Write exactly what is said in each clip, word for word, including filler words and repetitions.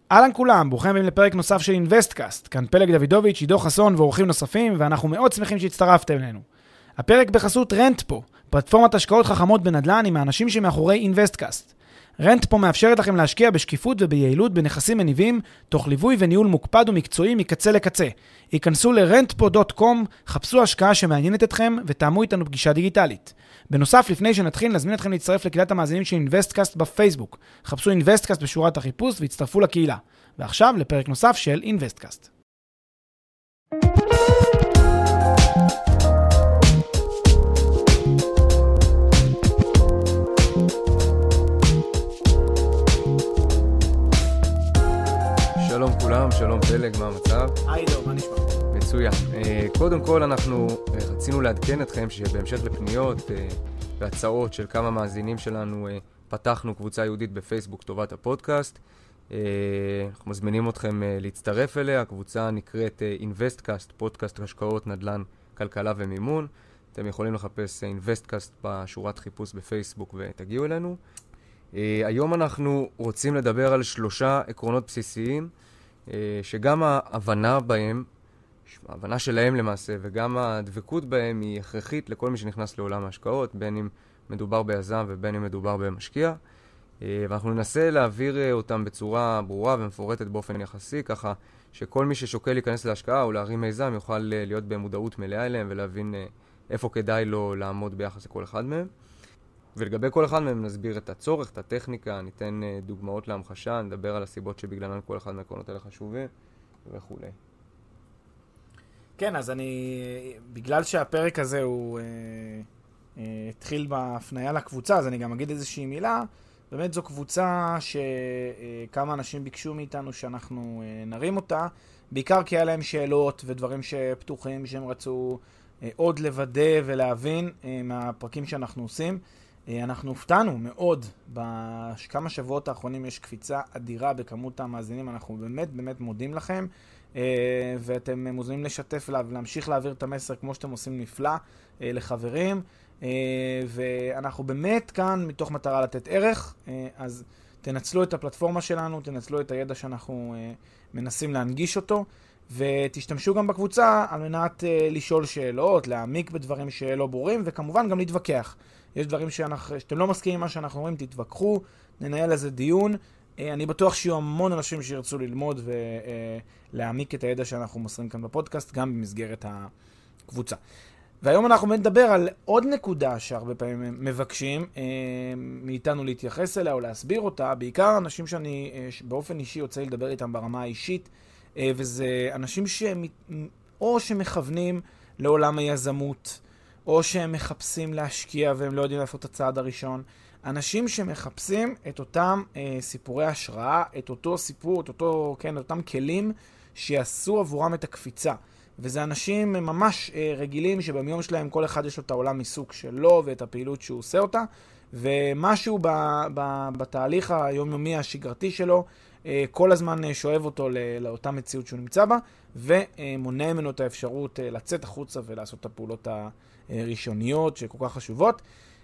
אהלן כולם, ברוכים הבאים לפרק נוסף של אינבסטקאסט. כאן פלג דוידוביץ', עידו חסון ואורחים נוספים, ואנחנו מאוד שמחים שהצטרפתם אלינו. הפרק בחסות רנטפו, פלטפורמת השקעות חכמות בנדל"ן עם האנשים שמאחורי אינבסטקאסט. רנטפו מאפשרת לכם להשקיע בשקיפות וביעילות בנכסים מניבים, תוך ליווי וניהול מוקפד ומקצועי מקצה לקצה. היכנסו ל-רנטפו דוט קום, חפשו השקעה שמעניינת אתכם ותאמו איתנו פגישה דיגיטלית. בנוסף, לפני שנתחיל, נזמין אתכם להצטרף לקהילת המאזינים של אינבסטקאסט בפייסבוק. חפשו אינבסטקאסט בשורת החיפוש והצטרפו לקהילה. ועכשיו לפרק נוסף של אינבסטקאסט. שלום כולם, שלום פלג, מה המצב? היי דו, מה נשמע? מצוין. קודם כל אנחנו רצינו לעדכן אתכם שבהמשך לפניות והצעות של כמה מאזינים שלנו פתחנו קבוצה יהודית בפייסבוק טובת הפודקאסט. אנחנו מזמינים אתכם להצטרף אליה. הקבוצה נקראת אינבסטקאסט, פודקאסט השקעות, נדל"ן, כלכלה ומימון. אתם יכולים לחפש אינבסטקאסט בשורת חיפוש בפייסבוק ותגיעו אלינו. היום אנחנו רוצים לדבר על שלושה עקרונות בסיסיים שגם ההבנה בהם, ההבנה שלהם למעשה, וגם הדבקות בהם היא הכרחית לכל מי שנכנס לעולם ההשקעות, בין אם מדובר ביזם ובין אם מדובר במשקיע. ואנחנו ננסה להעביר אותם בצורה ברורה ומפורטת באופן יחסי, ככה שכל מי ששוקל להיכנס להשקעה או להרים מיזם יוכל להיות במודעות מלאה אליהם ולהבין איפה כדאי לו לעמוד ביחס לכל אחד מהם. ולגבי כל אחד מהם נסביר את הצורך, את הטכניקה, ניתן דוגמאות להמחשה, נדבר על הסיבות שבגללן כל אחד מהעקרונות האלה חשובים וכו'. כן, אז אני, בגלל שהפרק הזה הוא אה, אה, התחיל בהפניה לקבוצה, אז אני גם אגיד איזושהי מילה. באמת זו קבוצה שכמה אנשים ביקשו מאיתנו שאנחנו אה, נרים אותה, בעיקר כי היה להם שאלות ודברים שפתוחים שהם רצו אה, עוד לוודא ולהבין אה, מהפרקים שאנחנו עושים. אנחנו הופתענו מאוד, בכמה שבועות האחרונים יש קפיצה אדירה בכמות המאזינים, אנחנו באמת באמת מודים לכם, ואתם מוזמנים לשתף ולהמשיך להעביר את המסר כמו שאתם עושים נפלא לחברים, ואנחנו באמת כאן מתוך מטרה לתת ערך, אז תנצלו את הפלטפורמה שלנו, תנצלו את הידע שאנחנו מנסים להנגיש אותו, ותשתמשו גם בקבוצה על מנת לשאול שאלות, להעמיק בדברים שלא ברורים, וכמובן גם להתווכח. יש דברים שאנחנו, שאתם לא מסכימים מה שאנחנו אומרים, תתווכחו, ננהל איזה דיון. אני בטוח שיהיו המון אנשים שירצו ללמוד ולהעמיק את הידע שאנחנו מוסרים כאן בפודקאסט, גם במסגרת הקבוצה. והיום אנחנו נדבר על עוד נקודה שהרבה פעמים מבקשים מאיתנו להתייחס אליה או להסביר אותה, בעיקר אנשים שאני באופן אישי יוצא לדבר איתם ברמה האישית, וזה אנשים שהם או שמכוונים לעולם היזמות, או שהם מחפשים להשקיע והם לא יודעים לעשות את הצעד הראשון. אנשים שמחפשים את אותם אה, סיפורי השראה, את אותו סיפור, את אותו, כן, את אותם כלים שיעשו עבורם את הקפיצה. וזה אנשים ממש אה, רגילים שביום שלהם כל אחד יש לו את העולם עיסוק שלו ואת הפעילות שהוא עושה אותה, ומשהו ב, ב, בתהליך היומיומי השגרתי שלו אה, כל הזמן אה, שואב אותו ל, לאותה מציאות שהוא נמצא בה, ומונע ממנו את האפשרות אה, לצאת החוצה ולעשות את הפעולות ה... ראשוניות שכל כך חשובות.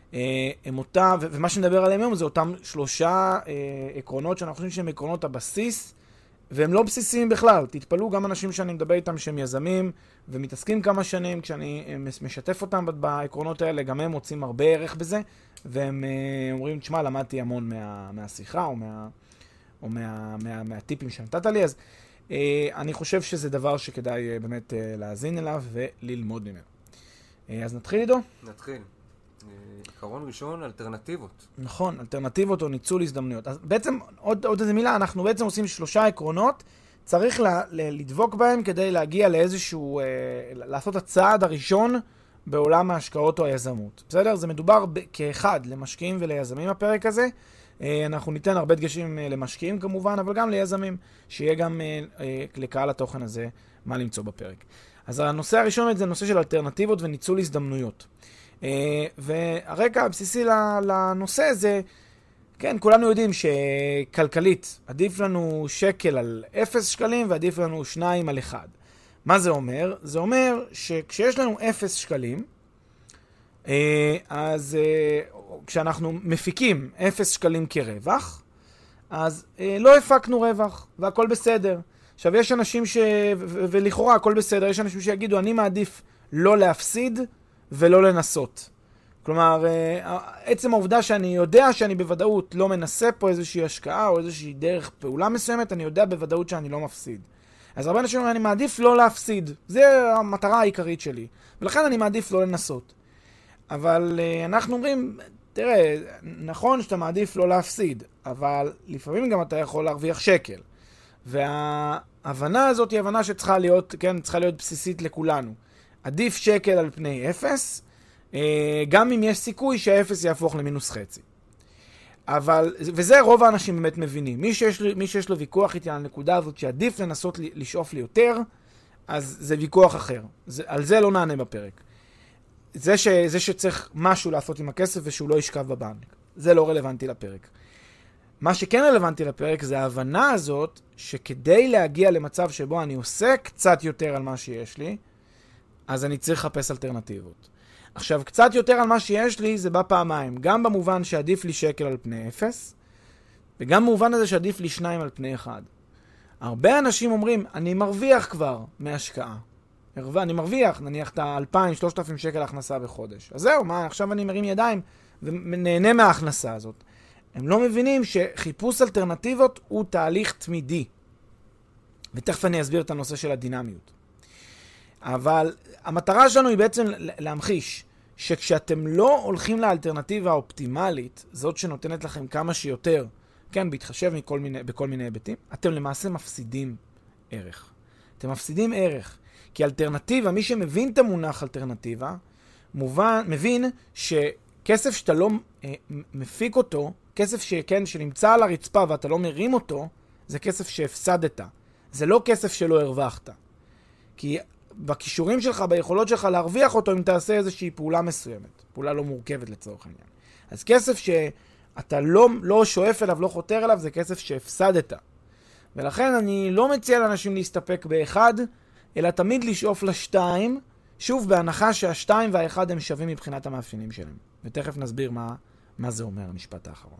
הם אותה, ומה שנדבר עליהם היום זה אותם שלושה עקרונות שאנחנו חושבים שהם עקרונות הבסיס, והם לא בסיסיים בכלל. תתפלאו, גם אנשים שאני מדבר איתם שהם יזמים ומתעסקים כמה שנים, כשאני משתף אותם בעקרונות האלה, גם הם מוצאים הרבה ערך בזה, והם אומרים, תשמע, למדתי המון מה, מהשיחה או, מה, או מה, מה, מהטיפים שנתת לי, אז אני חושב שזה דבר שכדאי באמת להאזין אליו וללמוד ממנו. אז נתחיל עידו? נתחיל. עיקרון ראשון, אלטרנטיבות. נכון, אלטרנטיבות או ניצול הזדמנויות. אז בעצם, עוד, עוד איזה מילה, אנחנו בעצם עושים שלושה עקרונות, צריך ל, ל, לדבוק בהם כדי להגיע לאיזשהו, אה, לעשות הצעד הראשון בעולם ההשקעות או היזמות. בסדר? זה מדובר ב, כאחד למשקיעים וליזמים הפרק הזה. אה, אנחנו ניתן הרבה דגשים אה, למשקיעים כמובן, אבל גם ליזמים, שיהיה גם אה, אה, לקהל התוכן הזה מה למצוא בפרק. אז הנושא הראשון זה נושא של אלטרנטיבות וניצול הזדמנויות. והרקע הבסיסי לנושא הזה, כן, כולנו יודעים שכלכלית עדיף לנו שקל על אפס שקלים ועדיף לנו שניים על אחד. מה זה אומר? זה אומר שכשיש לנו אפס שקלים, אז כשאנחנו מפיקים אפס שקלים כרווח, אז אה, לא הפקנו רווח, והכל בסדר. עכשיו, יש אנשים ש... ו- ולכאורה הכל בסדר, יש אנשים שיגידו, אני מעדיף לא להפסיד ולא לנסות. כלומר, אה, עצם העובדה שאני יודע שאני בוודאות לא מנסה פה איזושהי השקעה או איזושהי דרך פעולה מסוימת, אני יודע בוודאות שאני לא מפסיד. אז הרבה אנשים אומרים, אני מעדיף לא להפסיד. זה המטרה העיקרית שלי. ולכן אני מעדיף לא לנסות. אבל uh, אנחנו אומרים, תראה, נכון שאתה מעדיף לא להפסיד, אבל לפעמים גם אתה יכול להרוויח שקל. וההבנה הזאת היא הבנה שצריכה להיות, כן, צריכה להיות בסיסית לכולנו. עדיף שקל על פני אפס, uh, גם אם יש סיכוי שהאפס יהפוך למינוס חצי. אבל, וזה רוב האנשים באמת מבינים. מי שיש, מי שיש לו ויכוח איתי על הנקודה הזאת שעדיף לנסות לשאוף לי יותר, אז זה ויכוח אחר. זה, על זה לא נענה בפרק. זה, ש, זה שצריך משהו לעשות עם הכסף ושהוא לא ישכב בבנק. זה לא רלוונטי לפרק. מה שכן רלוונטי לפרק זה ההבנה הזאת שכדי להגיע למצב שבו אני עושה קצת יותר על מה שיש לי, אז אני צריך לחפש אלטרנטיבות. עכשיו, קצת יותר על מה שיש לי זה בא פעמיים. גם במובן שעדיף לי שקל על פני אפס, וגם במובן הזה שעדיף לי שניים על פני אחד. הרבה אנשים אומרים, אני מרוויח כבר מהשקעה. אני מרוויח, נניח את ה-אלפיים שלושת אלפים שקל הכנסה בחודש. אז זהו, מה, עכשיו אני מרים ידיים ונהנה מההכנסה הזאת. הם לא מבינים שחיפוש אלטרנטיבות הוא תהליך תמידי. ותכף אני אסביר את הנושא של הדינמיות. אבל המטרה שלנו היא בעצם להמחיש שכשאתם לא הולכים לאלטרנטיבה האופטימלית, זאת שנותנת לכם כמה שיותר, כן, בהתחשב מכל מיני, בכל מיני היבטים, אתם למעשה מפסידים ערך. אתם מפסידים ערך. כי אלטרנטיבה, מי שמבין את המונח אלטרנטיבה, מובן, מבין שכסף שאתה לא אה, מפיק אותו, כסף שכן, שנמצא על הרצפה ואתה לא מרים אותו, זה כסף שהפסדת. זה לא כסף שלא הרווחת. כי בכישורים שלך, ביכולות שלך להרוויח אותו, אם תעשה איזושהי פעולה מסוימת. פעולה לא מורכבת לצורך העניין. אז כסף שאתה לא, לא שואף אליו, לא חותר אליו, זה כסף שהפסדת. ולכן אני לא מציע לאנשים להסתפק באחד, אלא תמיד לשאוף לשתיים, שוב בהנחה שהשתיים והאחד הם שווים מבחינת המאפיינים שלהם. ותכף נסביר מה, מה זה אומר המשפט האחרון.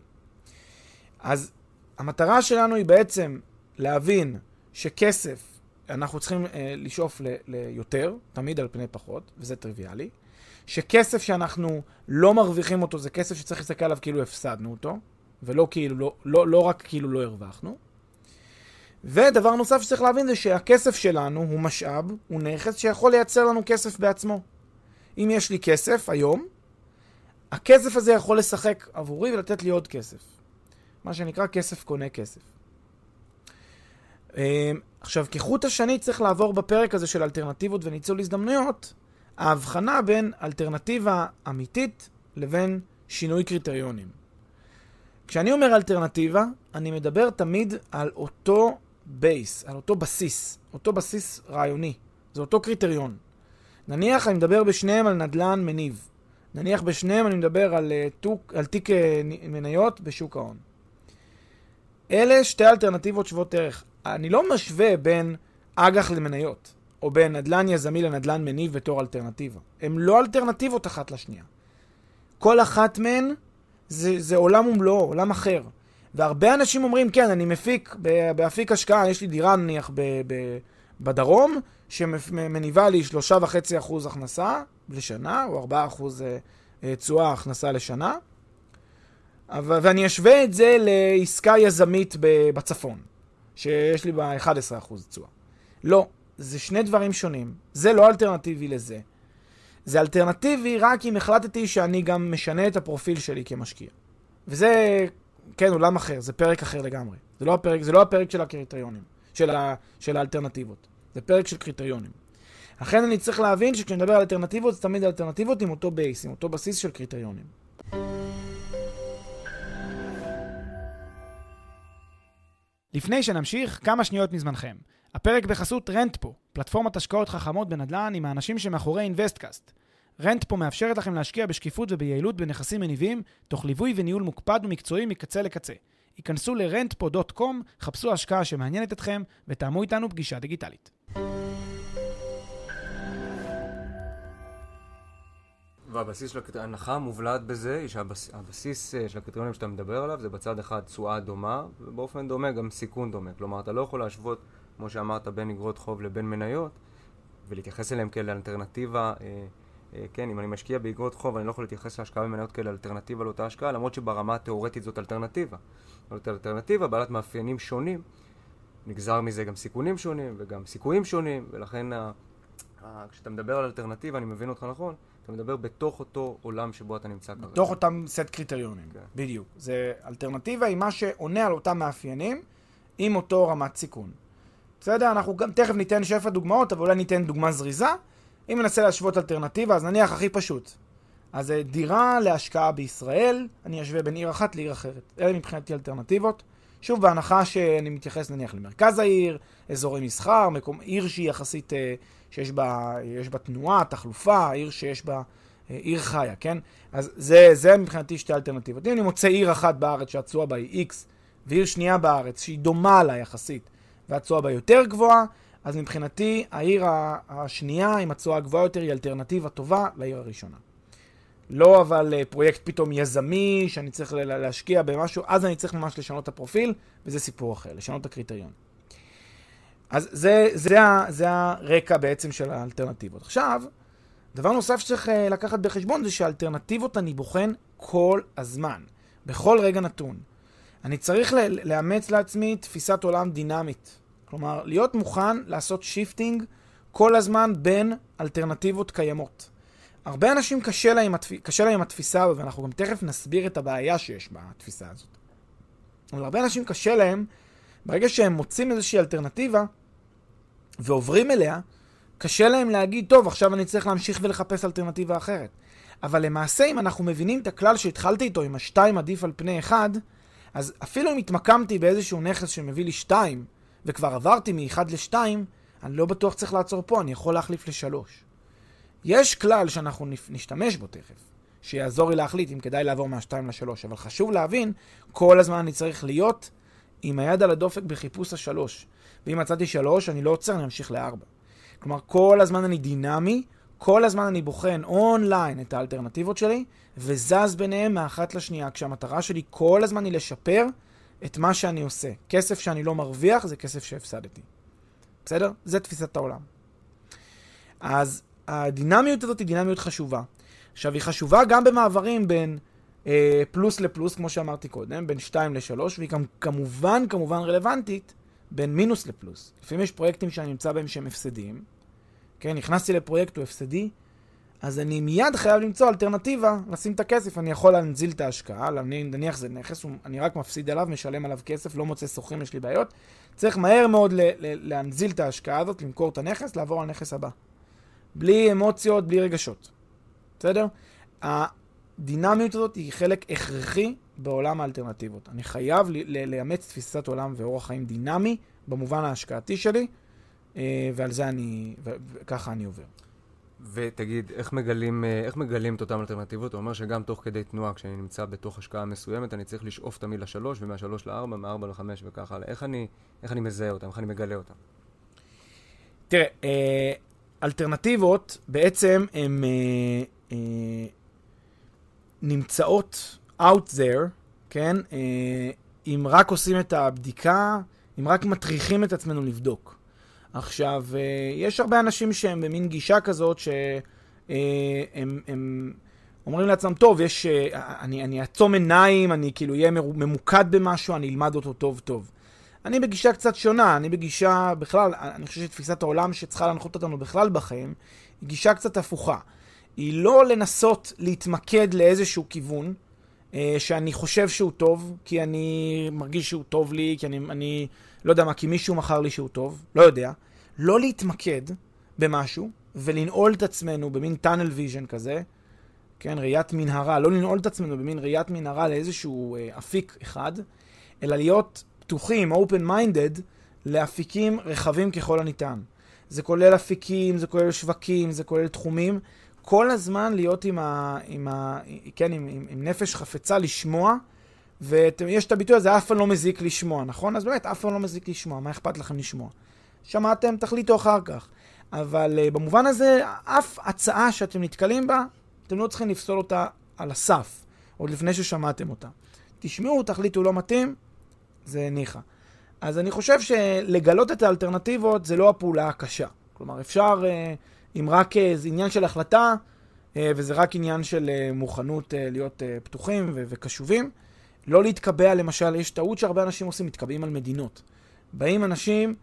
אז המטרה שלנו היא בעצם להבין שכסף, אנחנו צריכים אה, לשאוף ל- ליותר, תמיד על פני פחות, וזה טריוויאלי. שכסף שאנחנו לא מרוויחים אותו, זה כסף שצריך להסתכל עליו כאילו הפסדנו אותו, ולא כאילו, לא, לא, לא רק כאילו לא הרווחנו. ודבר נוסף שצריך להבין זה שהכסף שלנו הוא משאב, הוא נכס שיכול לייצר לנו כסף בעצמו. אם יש לי כסף היום, הכסף הזה יכול לשחק עבורי ולתת לי עוד כסף. מה שנקרא כסף קונה כסף. עכשיו, כחוט השני צריך לעבור בפרק הזה של אלטרנטיבות וניצול הזדמנויות, ההבחנה בין אלטרנטיבה אמיתית לבין שינוי קריטריונים. כשאני אומר אלטרנטיבה, אני מדבר תמיד על אותו בייס, על אותו בסיס, אותו בסיס רעיוני. זה אותו קריטריון. נניח אני מדבר בשניהם על נדל"ן מניב. נניח בשניהם אני מדבר על, תוק, על תיק מניות בשוק ההון. אלה שתי אלטרנטיבות שוות ערך. אני לא משווה בין אג"ח למניות, או בין נדל"ן יזמי לנדל"ן מניב בתור אלטרנטיבה. הם לא אלטרנטיבות אחת לשנייה. כל אחת מהן זה, זה עולם ומלואו, עולם אחר. והרבה אנשים אומרים, כן, אני מפיק, באפיק השקעה, יש לי דירה נניח ב, ב, בדרום, שמניבה לי שלושה וחצי אחוז הכנסה לשנה, או ארבעה אחוז תשואה הכנסה לשנה, ואני אשווה את זה לעסקה יזמית בצפון, שיש לי בה אחד עשר אחוז תשואה. לא, זה שני דברים שונים. זה לא אלטרנטיבי לזה. זה אלטרנטיבי רק אם החלטתי שאני גם משנה את הפרופיל שלי כמשקיע. וזה, כן, עולם אחר, זה פרק אחר לגמרי. זה לא הפרק, זה לא הפרק של הקריטריונים, של, ה, של האלטרנטיבות. זה פרק של קריטריונים. לכן אני צריך להבין שכשאני מדבר על אלטרנטיבות, זה תמיד אלטרנטיבות עם אותו בייס, עם אותו בסיס של קריטריונים. לפני שנמשיך, כמה שניות מזמנכם. הפרק בחסות רנטפו, פלטפורמת השקעות חכמות בנדל"ן עם האנשים שמאחורי אינבסטקאסט. רנטפו מאפשרת לכם להשקיע בשקיפות וביעילות בנכסים מניבים, תוך ליווי וניהול מוקפד ומקצועי מקצה לקצה. היכנסו ל-רנטפו דוט קום, חפשו השקעה שמעניינת אתכם ותאמו איתנו פגישה דיגיטלית. והבסיס של ההנחה המובלעת בזה היא שהבסיס של הקריטריונים שאתה מדבר עליו זה בצד אחד תשואה דומה, ובאופן דומה גם סיכון דומה. כלומר, אתה לא יכול להשוות, כמו שאמרת, בין אגרות חוב לבין מניות, ולהתייחס אליהם כאלה אלטרנטיבה. כן, אם אני משקיע באגרות חוב, אני לא יכול להתייחס להשקעה במניות כאלה אלטרנטיבה לאותה השקעה, למרות שברמה התיאורטית זאת אלטרנטיבה. זאת אלטרנטיבה, בעלת מאפיינים שונים, נגזר מזה גם סיכונים שונים וגם סיכויים שונים, ולכן כשאתה מדבר על אלטרנטיבה, אני מבין אותך נכון, אתה מדבר בתוך אותו עולם שבו אתה נמצא כרגע. בתוך אותם סט קריטריונים, כן. בדיוק. זה אלטרנטיבה היא מה שעונה על אותם מאפיינים עם אותו רמת סיכון. בסדר? אנחנו גם תכף ניתן שפע דוגמאות, אבל אולי ניתן דוגמה זריזה. אם ננסה להשוות אלטרנטיבה, אז נניח הכי פשוט. אז דירה להשקעה בישראל, אני אשווה בין עיר אחת לעיר אחרת. אלה מבחינתי אלטרנטיבות. שוב, בהנחה שאני מתייחס נניח למרכז העיר, אזורי מסחר, מקום, עיר שהיא יחסית, שיש בה, יש בה תנועה, תחלופה, עיר שיש בה, עיר חיה, כן? אז זה, זה מבחינתי שתי אלטרנטיבות. אם אני מוצא עיר אחת בארץ שהתשואה בה היא X, ועיר שנייה בארץ שהיא דומה לה יחסית, והתשואה בה יותר גבוהה, אז מבחינתי העיר השנייה עם התשואה הגבוהה יותר היא אלטרנטיבה טובה לעיר הראשונה. לא אבל פרויקט פתאום יזמי שאני צריך להשקיע במשהו, אז אני צריך ממש לשנות את הפרופיל, וזה סיפור אחר, לשנות את הקריטריון. אז זה, זה, זה הרקע בעצם של האלטרנטיבות. עכשיו, דבר נוסף שצריך לקחת בחשבון זה שהאלטרנטיבות אני בוחן כל הזמן, בכל רגע נתון. אני צריך לאמץ לעצמי תפיסת עולם דינמית. כלומר, להיות מוכן לעשות שיפטינג כל הזמן בין אלטרנטיבות קיימות. הרבה אנשים קשה להם, קשה להם התפיסה, ואנחנו גם תכף נסביר את הבעיה שיש בתפיסה הזאת. אבל הרבה אנשים קשה להם, ברגע שהם מוצאים איזושהי אלטרנטיבה ועוברים אליה, קשה להם להגיד, טוב, עכשיו אני צריך להמשיך ולחפש אלטרנטיבה אחרת. אבל למעשה, אם אנחנו מבינים את הכלל שהתחלתי איתו, עם השתיים עדיף על פני אחד, אז אפילו אם התמקמתי באיזשהו נכס שמביא לי שתיים, וכבר עברתי מאחד לשתיים, אני לא בטוח צריך לעצור פה, אני יכול להחליף לשלוש. יש כלל שאנחנו נשתמש בו תכף, שיעזור לי להחליט אם כדאי לעבור מהשתיים לשלוש, אבל חשוב להבין, כל הזמן אני צריך להיות עם היד על הדופק בחיפוש השלוש. ואם מצאתי שלוש, אני לא עוצר, אני אמשיך לארבע. כלומר, כל הזמן אני דינמי, כל הזמן אני בוחן אונליין את האלטרנטיבות שלי, וזז ביניהם מאחת לשנייה, כשהמטרה שלי כל הזמן היא לשפר את מה שאני עושה. כסף שאני לא מרוויח, זה כסף שהפסדתי. בסדר? זה תפיסת העולם. אז הדינמיות הזאת היא דינמיות חשובה. עכשיו, היא חשובה גם במעברים בין אה, פלוס לפלוס, כמו שאמרתי קודם, בין שתיים לשלוש, והיא גם כמובן, כמובן רלוונטית, בין מינוס לפלוס. לפעמים יש פרויקטים שאני נמצא בהם שהם הפסדיים. כן, נכנסתי לפרויקט הוא הפסדי, אז אני מיד חייב למצוא אלטרנטיבה, לשים את הכסף, אני יכול להנזיל את ההשקעה, נניח זה נכס, אני רק מפסיד עליו, משלם עליו כסף, לא מוצא סוחרים, יש לי בעיות. צריך מהר מאוד ל- ל- להנזיל את ההשקעה הזאת, למכור את הנכס, לעבור על הנכס הבא. בלי אמוציות, בלי רגשות. בסדר? הדינמיות הזאת היא חלק הכרחי בעולם האלטרנטיבות. אני חייב ל- לאמץ תפיסת עולם ואורח חיים דינמי, במובן ההשקעתי שלי, ועל זה אני, וככה אני עובר. ותגיד, איך מגלים, איך מגלים את אותם אלטרנטיבות? הוא אומר שגם תוך כדי תנועה, כשאני נמצא בתוך השקעה מסוימת, אני צריך לשאוף תמיד לשלוש, ומהשלוש לארבע, מארבע לחמש וככה. איך אני, איך אני מזהה אותם? איך אני מגלה אותם? תראה, אלטרנטיבות בעצם הן נמצאות out there, כן? אם רק עושים את הבדיקה, אם רק מטריחים את עצמנו לבדוק. עכשיו, יש הרבה אנשים שהם במין גישה כזאת שהם הם אומרים לעצמם, טוב, יש, אני, אני אעצום עיניים, אני כאילו אהיה ממוקד במשהו, אני אלמד אותו טוב טוב. אני בגישה קצת שונה, אני בגישה בכלל, אני חושב שתפיסת העולם שצריכה להנחות אותנו בכלל בחיים, היא גישה קצת הפוכה. היא לא לנסות להתמקד לאיזשהו כיוון, שאני חושב שהוא טוב, כי אני מרגיש שהוא טוב לי, כי אני, אני לא יודע מה, כי מישהו מכר לי שהוא טוב, לא יודע. לא להתמקד במשהו, ולנעול את עצמנו במין tunnel vision כזה, כן, ראיית מנהרה, לא לנעול את עצמנו במין ראיית מנהרה לאיזשהו אה, אפיק אחד, אלא להיות פתוחים, open-minded, לאפיקים רחבים ככל הניתן. זה כולל אפיקים, זה כולל שווקים, זה כולל תחומים, כל הזמן להיות עם, ה, עם, ה, כן, עם, עם, עם נפש חפצה לשמוע, ויש את הביטוי הזה, אף פעם לא מזיק לשמוע, נכון? אז באמת, אף פעם לא מזיק לשמוע, מה אכפת לכם לשמוע? שמעתם, תחליטו אחר כך. אבל uh, במובן הזה, אף הצעה שאתם נתקלים בה, אתם לא צריכים לפסול אותה על הסף, עוד לפני ששמעתם אותה. תשמעו, תחליטו לא מתאים, זה ניחה. אז אני חושב שלגלות את האלטרנטיבות זה לא הפעולה הקשה. כלומר, אפשר, אם רק זה עניין של החלטה, וזה רק עניין של מוכנות להיות פתוחים וקשובים, לא להתקבע, למשל, יש טעות שהרבה אנשים עושים, מתקבעים על מדינות. באים אנשים,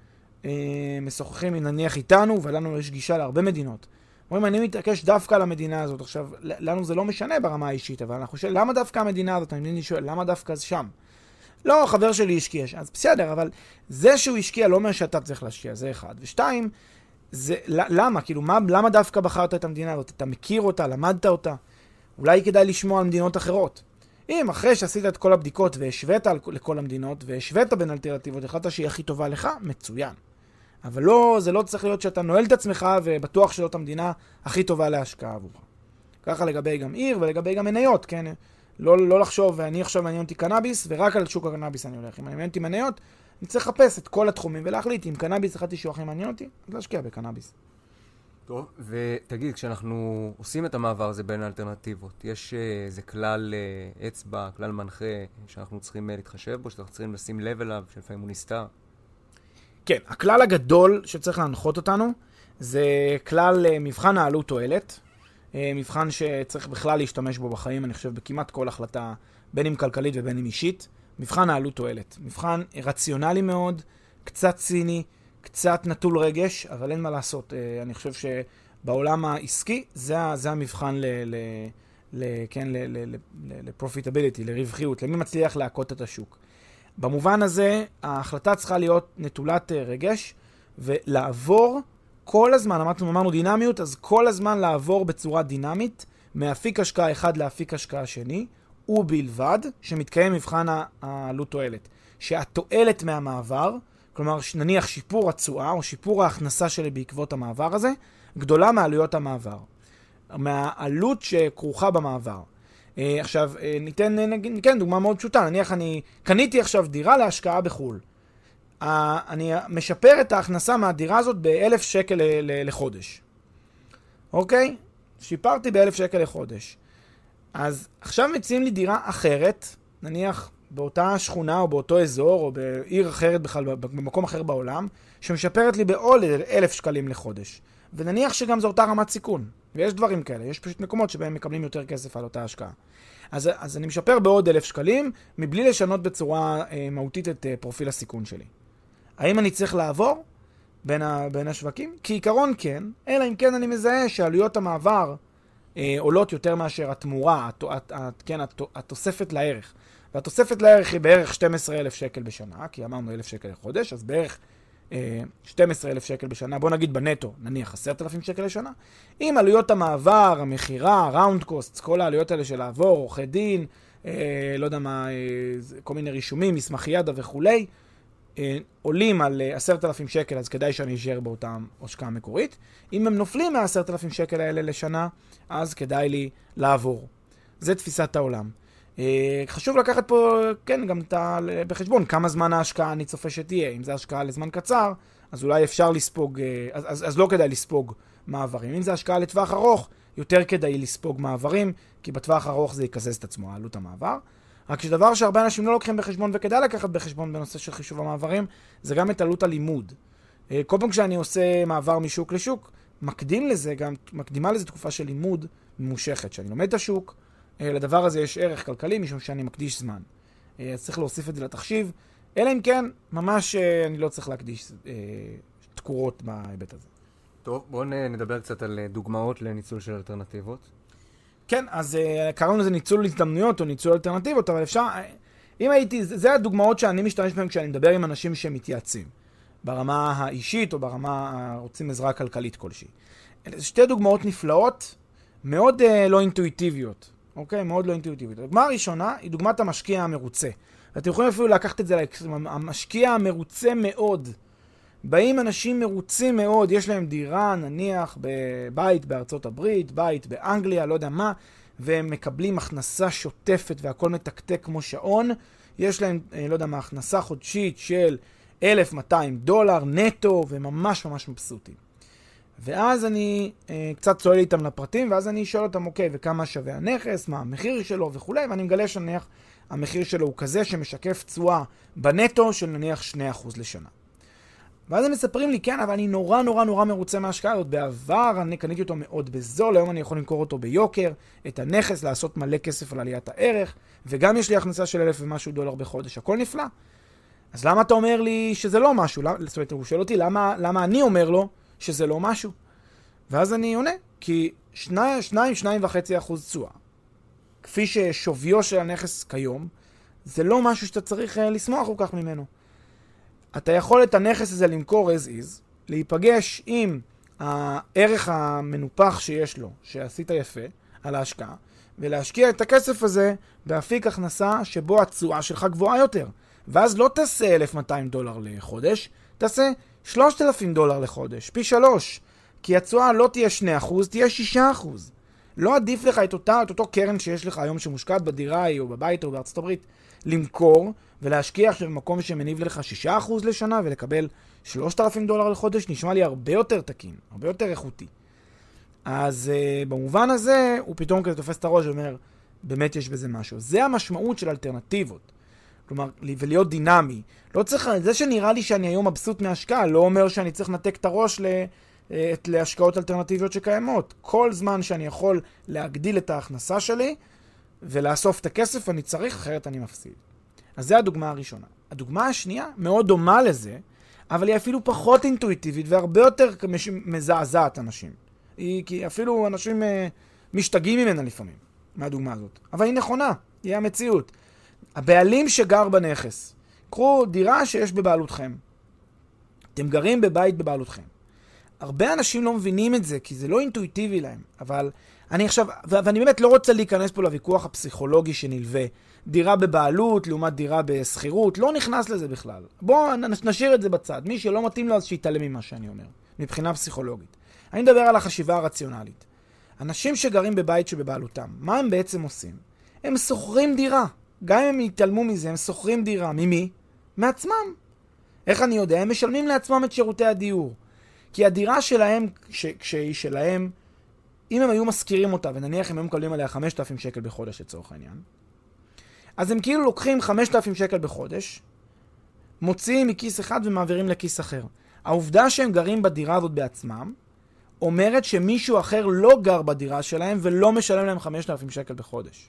משוחחים נניח איתנו, ולנו יש גישה להרבה מדינות. אומרים, אני מתעקש דווקא על המדינה הזאת. עכשיו, לנו זה לא משנה ברמה האישית, אבל אנחנו חושבים, למה דווקא המדינה הזאת? אני שואל, למה דווקא שם? לא, חבר שלי השקיע, אז בסדר, אבל זה שהוא השקיע לא אומר שאתה צריך להשקיע, זה אחד. ושתיים, זה, למה? כאילו, מה, למה דווקא בחרת את המדינה הזאת? אתה מכיר אותה, למדת אותה? אולי כדאי לשמוע על מדינות אחרות. אם אחרי שעשית את כל הבדיקות והשווית לכל המדינות, והשווית בין אלטרנטיבות, החלטת שהיא הכי טובה לך, מצוין. אבל לא, זה לא צריך להיות שאתה נועל את עצמך ובטוח שזאת המדינה הכי טובה להשקעה עבורך. ככה לגבי גם עיר ולגבי גם מניות, כן? לא, לא לחשוב, ואני עכשיו מעניין אותי קנאביס, ורק על שוק הקנאביס אני הולך. אם אני מעניין אותי מניות, אני צריך לחפש את כל התחומים ולהחליט אם קנאביס החלטי שהוא הכי מעניין אותי, אז להשקיע בקנאביס. טוב, ותגיד, כשאנחנו עושים את המעבר הזה בין האלטרנטיבות, יש איזה כלל אצבע, כלל מנחה, שאנחנו צריכים להתחשב בו, שאנחנו צריכים לשים לב אליו, שלפעמים הוא נסתר? כן, הכלל הגדול שצריך להנחות אותנו, זה כלל מבחן העלות תועלת, מבחן שצריך בכלל להשתמש בו בחיים, אני חושב, בכמעט כל החלטה, בין אם כלכלית ובין אם אישית, מבחן העלות תועלת. מבחן רציונלי מאוד, קצת ציני, קצת נטול רגש, אבל אין מה לעשות. אני חושב שבעולם העסקי, זה, זה המבחן ל, ל, ל, כן, ל, ל, ל, לפרופיטביליטי, לרווחיות, למי מצליח להכות את השוק. במובן הזה, ההחלטה צריכה להיות נטולת רגש, ולעבור כל הזמן, אמרנו, אמרנו דינמיות, אז כל הזמן לעבור בצורה דינמית, מאפיק השקעה אחד לאפיק השקעה שני, ובלבד שמתקיים מבחן העלות תועלת. שהתועלת מהמעבר, כלומר נניח שיפור התשואה או שיפור ההכנסה שלי בעקבות המעבר הזה, גדולה מעלויות המעבר. מהעלות שכרוכה במעבר. עכשיו, ניתן, ניתן דוגמה מאוד פשוטה. נניח אני קניתי עכשיו דירה להשקעה בחול. אני משפר את ההכנסה מהדירה הזאת באלף שקל לחודש. אוקיי? שיפרתי באלף שקל לחודש. אז עכשיו מציעים לי דירה אחרת, נניח באותה שכונה או באותו אזור או בעיר אחרת בכלל, במקום אחר בעולם, שמשפרת לי בעוד אלף שקלים לחודש. ונניח שגם זו אותה רמת סיכון. ויש דברים כאלה, יש פשוט מקומות שבהם מקבלים יותר כסף על אותה השקעה. אז, אז אני משפר בעוד אלף שקלים, מבלי לשנות בצורה אה, מהותית את אה, פרופיל הסיכון שלי. האם אני צריך לעבור בין, ה, בין השווקים? כעיקרון כן, אלא אם כן אני מזהה שעלויות המעבר אה, עולות יותר מאשר התמורה, הת, הת, הת, כן, הת, התוספת לערך. והתוספת לערך היא בערך שנים עשר אלף שקל בשנה, כי אמרנו אלף שקל לחודש, אז בערך אה, שנים עשר אלף שקל בשנה, בוא נגיד בנטו, נניח עשרת אלפים שקל לשנה. עם עלויות המעבר, המחירה, ראונד קוסט, כל העלויות האלה של לעבור, עורכי דין, אה, לא יודע מה, אה, כל מיני רישומים, מסמך ידע וכולי, אה, עולים על עשרת אלפים שקל, אז כדאי שאני אשאר באותה השקעה המקורית. אם הם נופלים מה-עשרת אלפים שקל האלה לשנה, אז כדאי לי לעבור. זה תפיסת העולם. חשוב לקחת פה, כן, גם בחשבון כמה זמן ההשקעה אני צופה שתהיה. אם זה השקעה לזמן קצר, אז אולי אפשר לספוג, אז, אז, אז לא כדאי לספוג מעברים. אם זה השקעה לטווח ארוך, יותר כדאי לספוג מעברים, כי בטווח ארוך זה יקזז את עצמו, העלות המעבר. רק שדבר שהרבה אנשים לא לוקחים בחשבון וכדאי לקחת בחשבון בנושא של חישוב המעברים, זה גם את עלות הלימוד. כל פעם כשאני עושה מעבר משוק לשוק, מקדים לזה, גם מקדימה לזה תקופה של לימוד ממושכת, שאני לומד את השוק, לדבר הזה יש ערך כלכלי, משום שאני מקדיש זמן. אז צריך להוסיף את זה לתחשיב, אלא אם כן, ממש אני לא צריך להקדיש תקורות בהיבט הזה. טוב, בואו נדבר קצת על דוגמאות לניצול של אלטרנטיבות. כן, אז קראנו לזה ניצול הזדמנויות או ניצול אלטרנטיבות, אבל אפשר, אם הייתי, זה הדוגמאות שאני משתמש בהם כשאני מדבר עם אנשים שמתייעצים, ברמה האישית או ברמה רוצים עזרה כלכלית כלשהי. אלה שתי דוגמאות נפלאות, מאוד לא אינטואיטיביות. אוקיי, מאוד לא אינטואיטיבית. הדוגמה הראשונה היא דוגמת המשקיע המרוצה. ואתם יכולים אפילו לקחת את זה, המשקיע המרוצה מאוד. באים אנשים מרוצים מאוד, יש להם דירה, נניח, בבית בארצות הברית, בית באנגליה, לא יודע מה, והם מקבלים הכנסה שוטפת והכל מתקתק כמו שעון. יש להם, לא יודע מה, הכנסה חודשית של אלף ומאתיים דולר נטו, וממש ממש מבסוטים. ואז אני אה, קצת צועל איתם לפרטים, ואז אני אשאל אותם, אוקיי, וכמה שווה הנכס, מה המחיר שלו וכו', ואני מגלה שנניח המחיר שלו הוא כזה שמשקף תשואה בנטו של נניח שני אחוז לשנה. ואז הם מספרים לי, כן, אבל אני נורא נורא נורא מרוצה מההשקעה הזאת. בעבר אני קניתי אותו מאוד בזול, היום אני יכול למכור אותו ביוקר, את הנכס, לעשות מלא כסף על עליית הערך, וגם יש לי הכנסה של אלף ומשהו דולר בחודש, הכל נפלא. אז למה אתה אומר לי שזה לא משהו? למה, זאת אומרת, הוא שואל אותי, למה, למה אני אומר לו שזה לא משהו? ואז אני עונה, כי שני, שניים, שניים וחצי אחוז תשואה, כפי ששוויו של הנכס כיום, זה לא משהו שאתה צריך uh, לשמוח כל כך ממנו. אתה יכול את הנכס הזה למכור as is, להיפגש עם הערך המנופח שיש לו, שעשית יפה על ההשקעה, ולהשקיע את הכסף הזה באפיק הכנסה שבו התשואה שלך גבוהה יותר. ואז לא תעשה אלף ומאתיים דולר לחודש, תעשה שלושת אלפים דולר לחודש, פי שלוש. כי התשואה לא תהיה שני אחוז, תהיה שישה אחוז. לא עדיף לך את, אותה, את אותו קרן שיש לך היום שמושקעת בדירה או בבית או בארצות הברית, למכור ולהשקיע עכשיו במקום שמניב לך שישה אחוז לשנה ולקבל שלושת אלפים דולר לחודש, נשמע לי הרבה יותר תקין, הרבה יותר איכותי. אז uh, במובן הזה הוא פתאום כזה תופס את הראש ואומר, באמת יש בזה משהו. זה המשמעות של אלטרנטיבות. כלומר, ולהיות דינמי. לא צריך, זה שנראה לי שאני היום מבסוט מהשקעה, לא אומר שאני צריך לנתק את הראש ל, את, להשקעות אלטרנטיביות שקיימות. כל זמן שאני יכול להגדיל את ההכנסה שלי ולאסוף את הכסף, אני צריך, אחרת אני מפסיד. אז זה הדוגמה הראשונה. הדוגמה השנייה מאוד דומה לזה, אבל היא אפילו פחות אינטואיטיבית והרבה יותר מזעזעת אנשים. היא, כי אפילו אנשים אה, משתגעים ממנה לפעמים, מהדוגמה הזאת. אבל היא נכונה, היא המציאות. הבעלים שגר בנכס, קחו דירה שיש בבעלותכם. אתם גרים בבית בבעלותכם. הרבה אנשים לא מבינים את זה, כי זה לא אינטואיטיבי להם. אבל אני עכשיו, ואני באמת לא רוצה להיכנס פה לוויכוח הפסיכולוגי שנלווה. דירה בבעלות, לעומת דירה בסחירות, לא נכנס לזה בכלל. בואו נשאיר את זה בצד. מי שלא מתאים לו, אז שיתעלם ממה שאני אומר, מבחינה פסיכולוגית. אני מדבר על החשיבה הרציונלית. אנשים שגרים בבית שבבעלותם, מה הם בעצם עושים? הם שוכרים דירה. גם אם הם יתעלמו מזה, הם שוכרים דירה. ממי? מעצמם. איך אני יודע? הם משלמים לעצמם את שירותי הדיור. כי הדירה שלהם, כש, כשהיא שלהם, אם הם היו מזכירים אותה, ונניח הם היו מקבלים עליה חמשת אלפים שקל בחודש לצורך העניין, אז הם כאילו לוקחים חמשת אלפים שקל בחודש, מוציאים מכיס אחד ומעבירים לכיס אחר. העובדה שהם גרים בדירה הזאת בעצמם, אומרת שמישהו אחר לא גר בדירה שלהם ולא משלם להם חמשת אלפים שקל בחודש.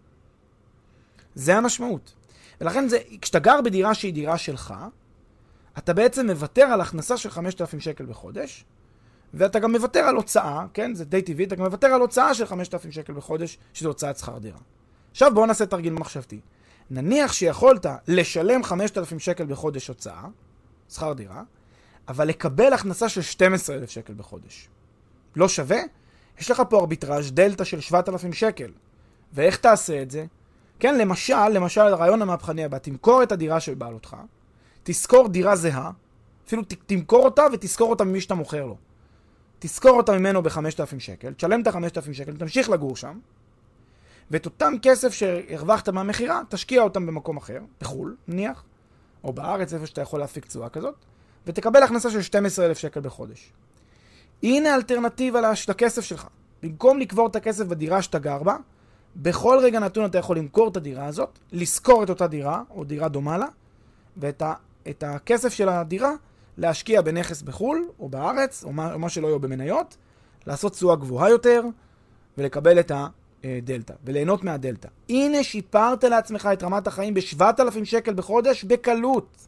זה המשמעות. ולכן זה, כשאתה גר בדירה שהיא דירה שלך, אתה בעצם מוותר על הכנסה של חמשת אלפים שקל בחודש, ואתה גם מוותר על הוצאה, כן? זה די טבעי, אתה גם מוותר על הוצאה של חמשת אלפים שקל בחודש, שזו הוצאת שכר דירה. עכשיו בואו נעשה תרגיל מחשבתי. נניח שיכולת לשלם חמשת אלפים שקל בחודש הוצאה, שכר דירה, אבל לקבל הכנסה של שנים עשר אלף שקל בחודש. לא שווה? יש לך פה ארביטראז' דלטה של שבעת אלפים שקל. ואיך תעשה את זה? כן, למשל, למשל, הרעיון המהפכני הבא, תמכור את הדירה של בעלותך, תזכור דירה זהה, אפילו תמכור אותה ותזכור אותה ממי שאתה מוכר לו. תזכור אותה ממנו ב-חמשת אלפים שקל, תשלם את ה-חמשת אלפים שקל, תמשיך לגור שם, ואת אותם כסף שהרווחת מהמחירה, תשקיע אותם במקום אחר, בחול, נניח, או בארץ, איפה שאתה יכול להפיק תשואה כזאת, ותקבל הכנסה של שנים עשר אלף שקל בחודש. הנה אלטרנטיבה לכסף שלך. במקום לקבור את הכסף בדירה שאתה גר בה, בכל רגע נתון אתה יכול למכור את הדירה הזאת, לזכור את אותה דירה, או דירה דומה לה, ואת ה, את הכסף של הדירה להשקיע בנכס בחול, או בארץ, או מה, או מה שלא יהיו במניות, לעשות תשואה גבוהה יותר, ולקבל את הדלטה, וליהנות מהדלטה. הנה שיפרת לעצמך את רמת החיים ב-שבעת אלפים שקל בחודש, בקלות.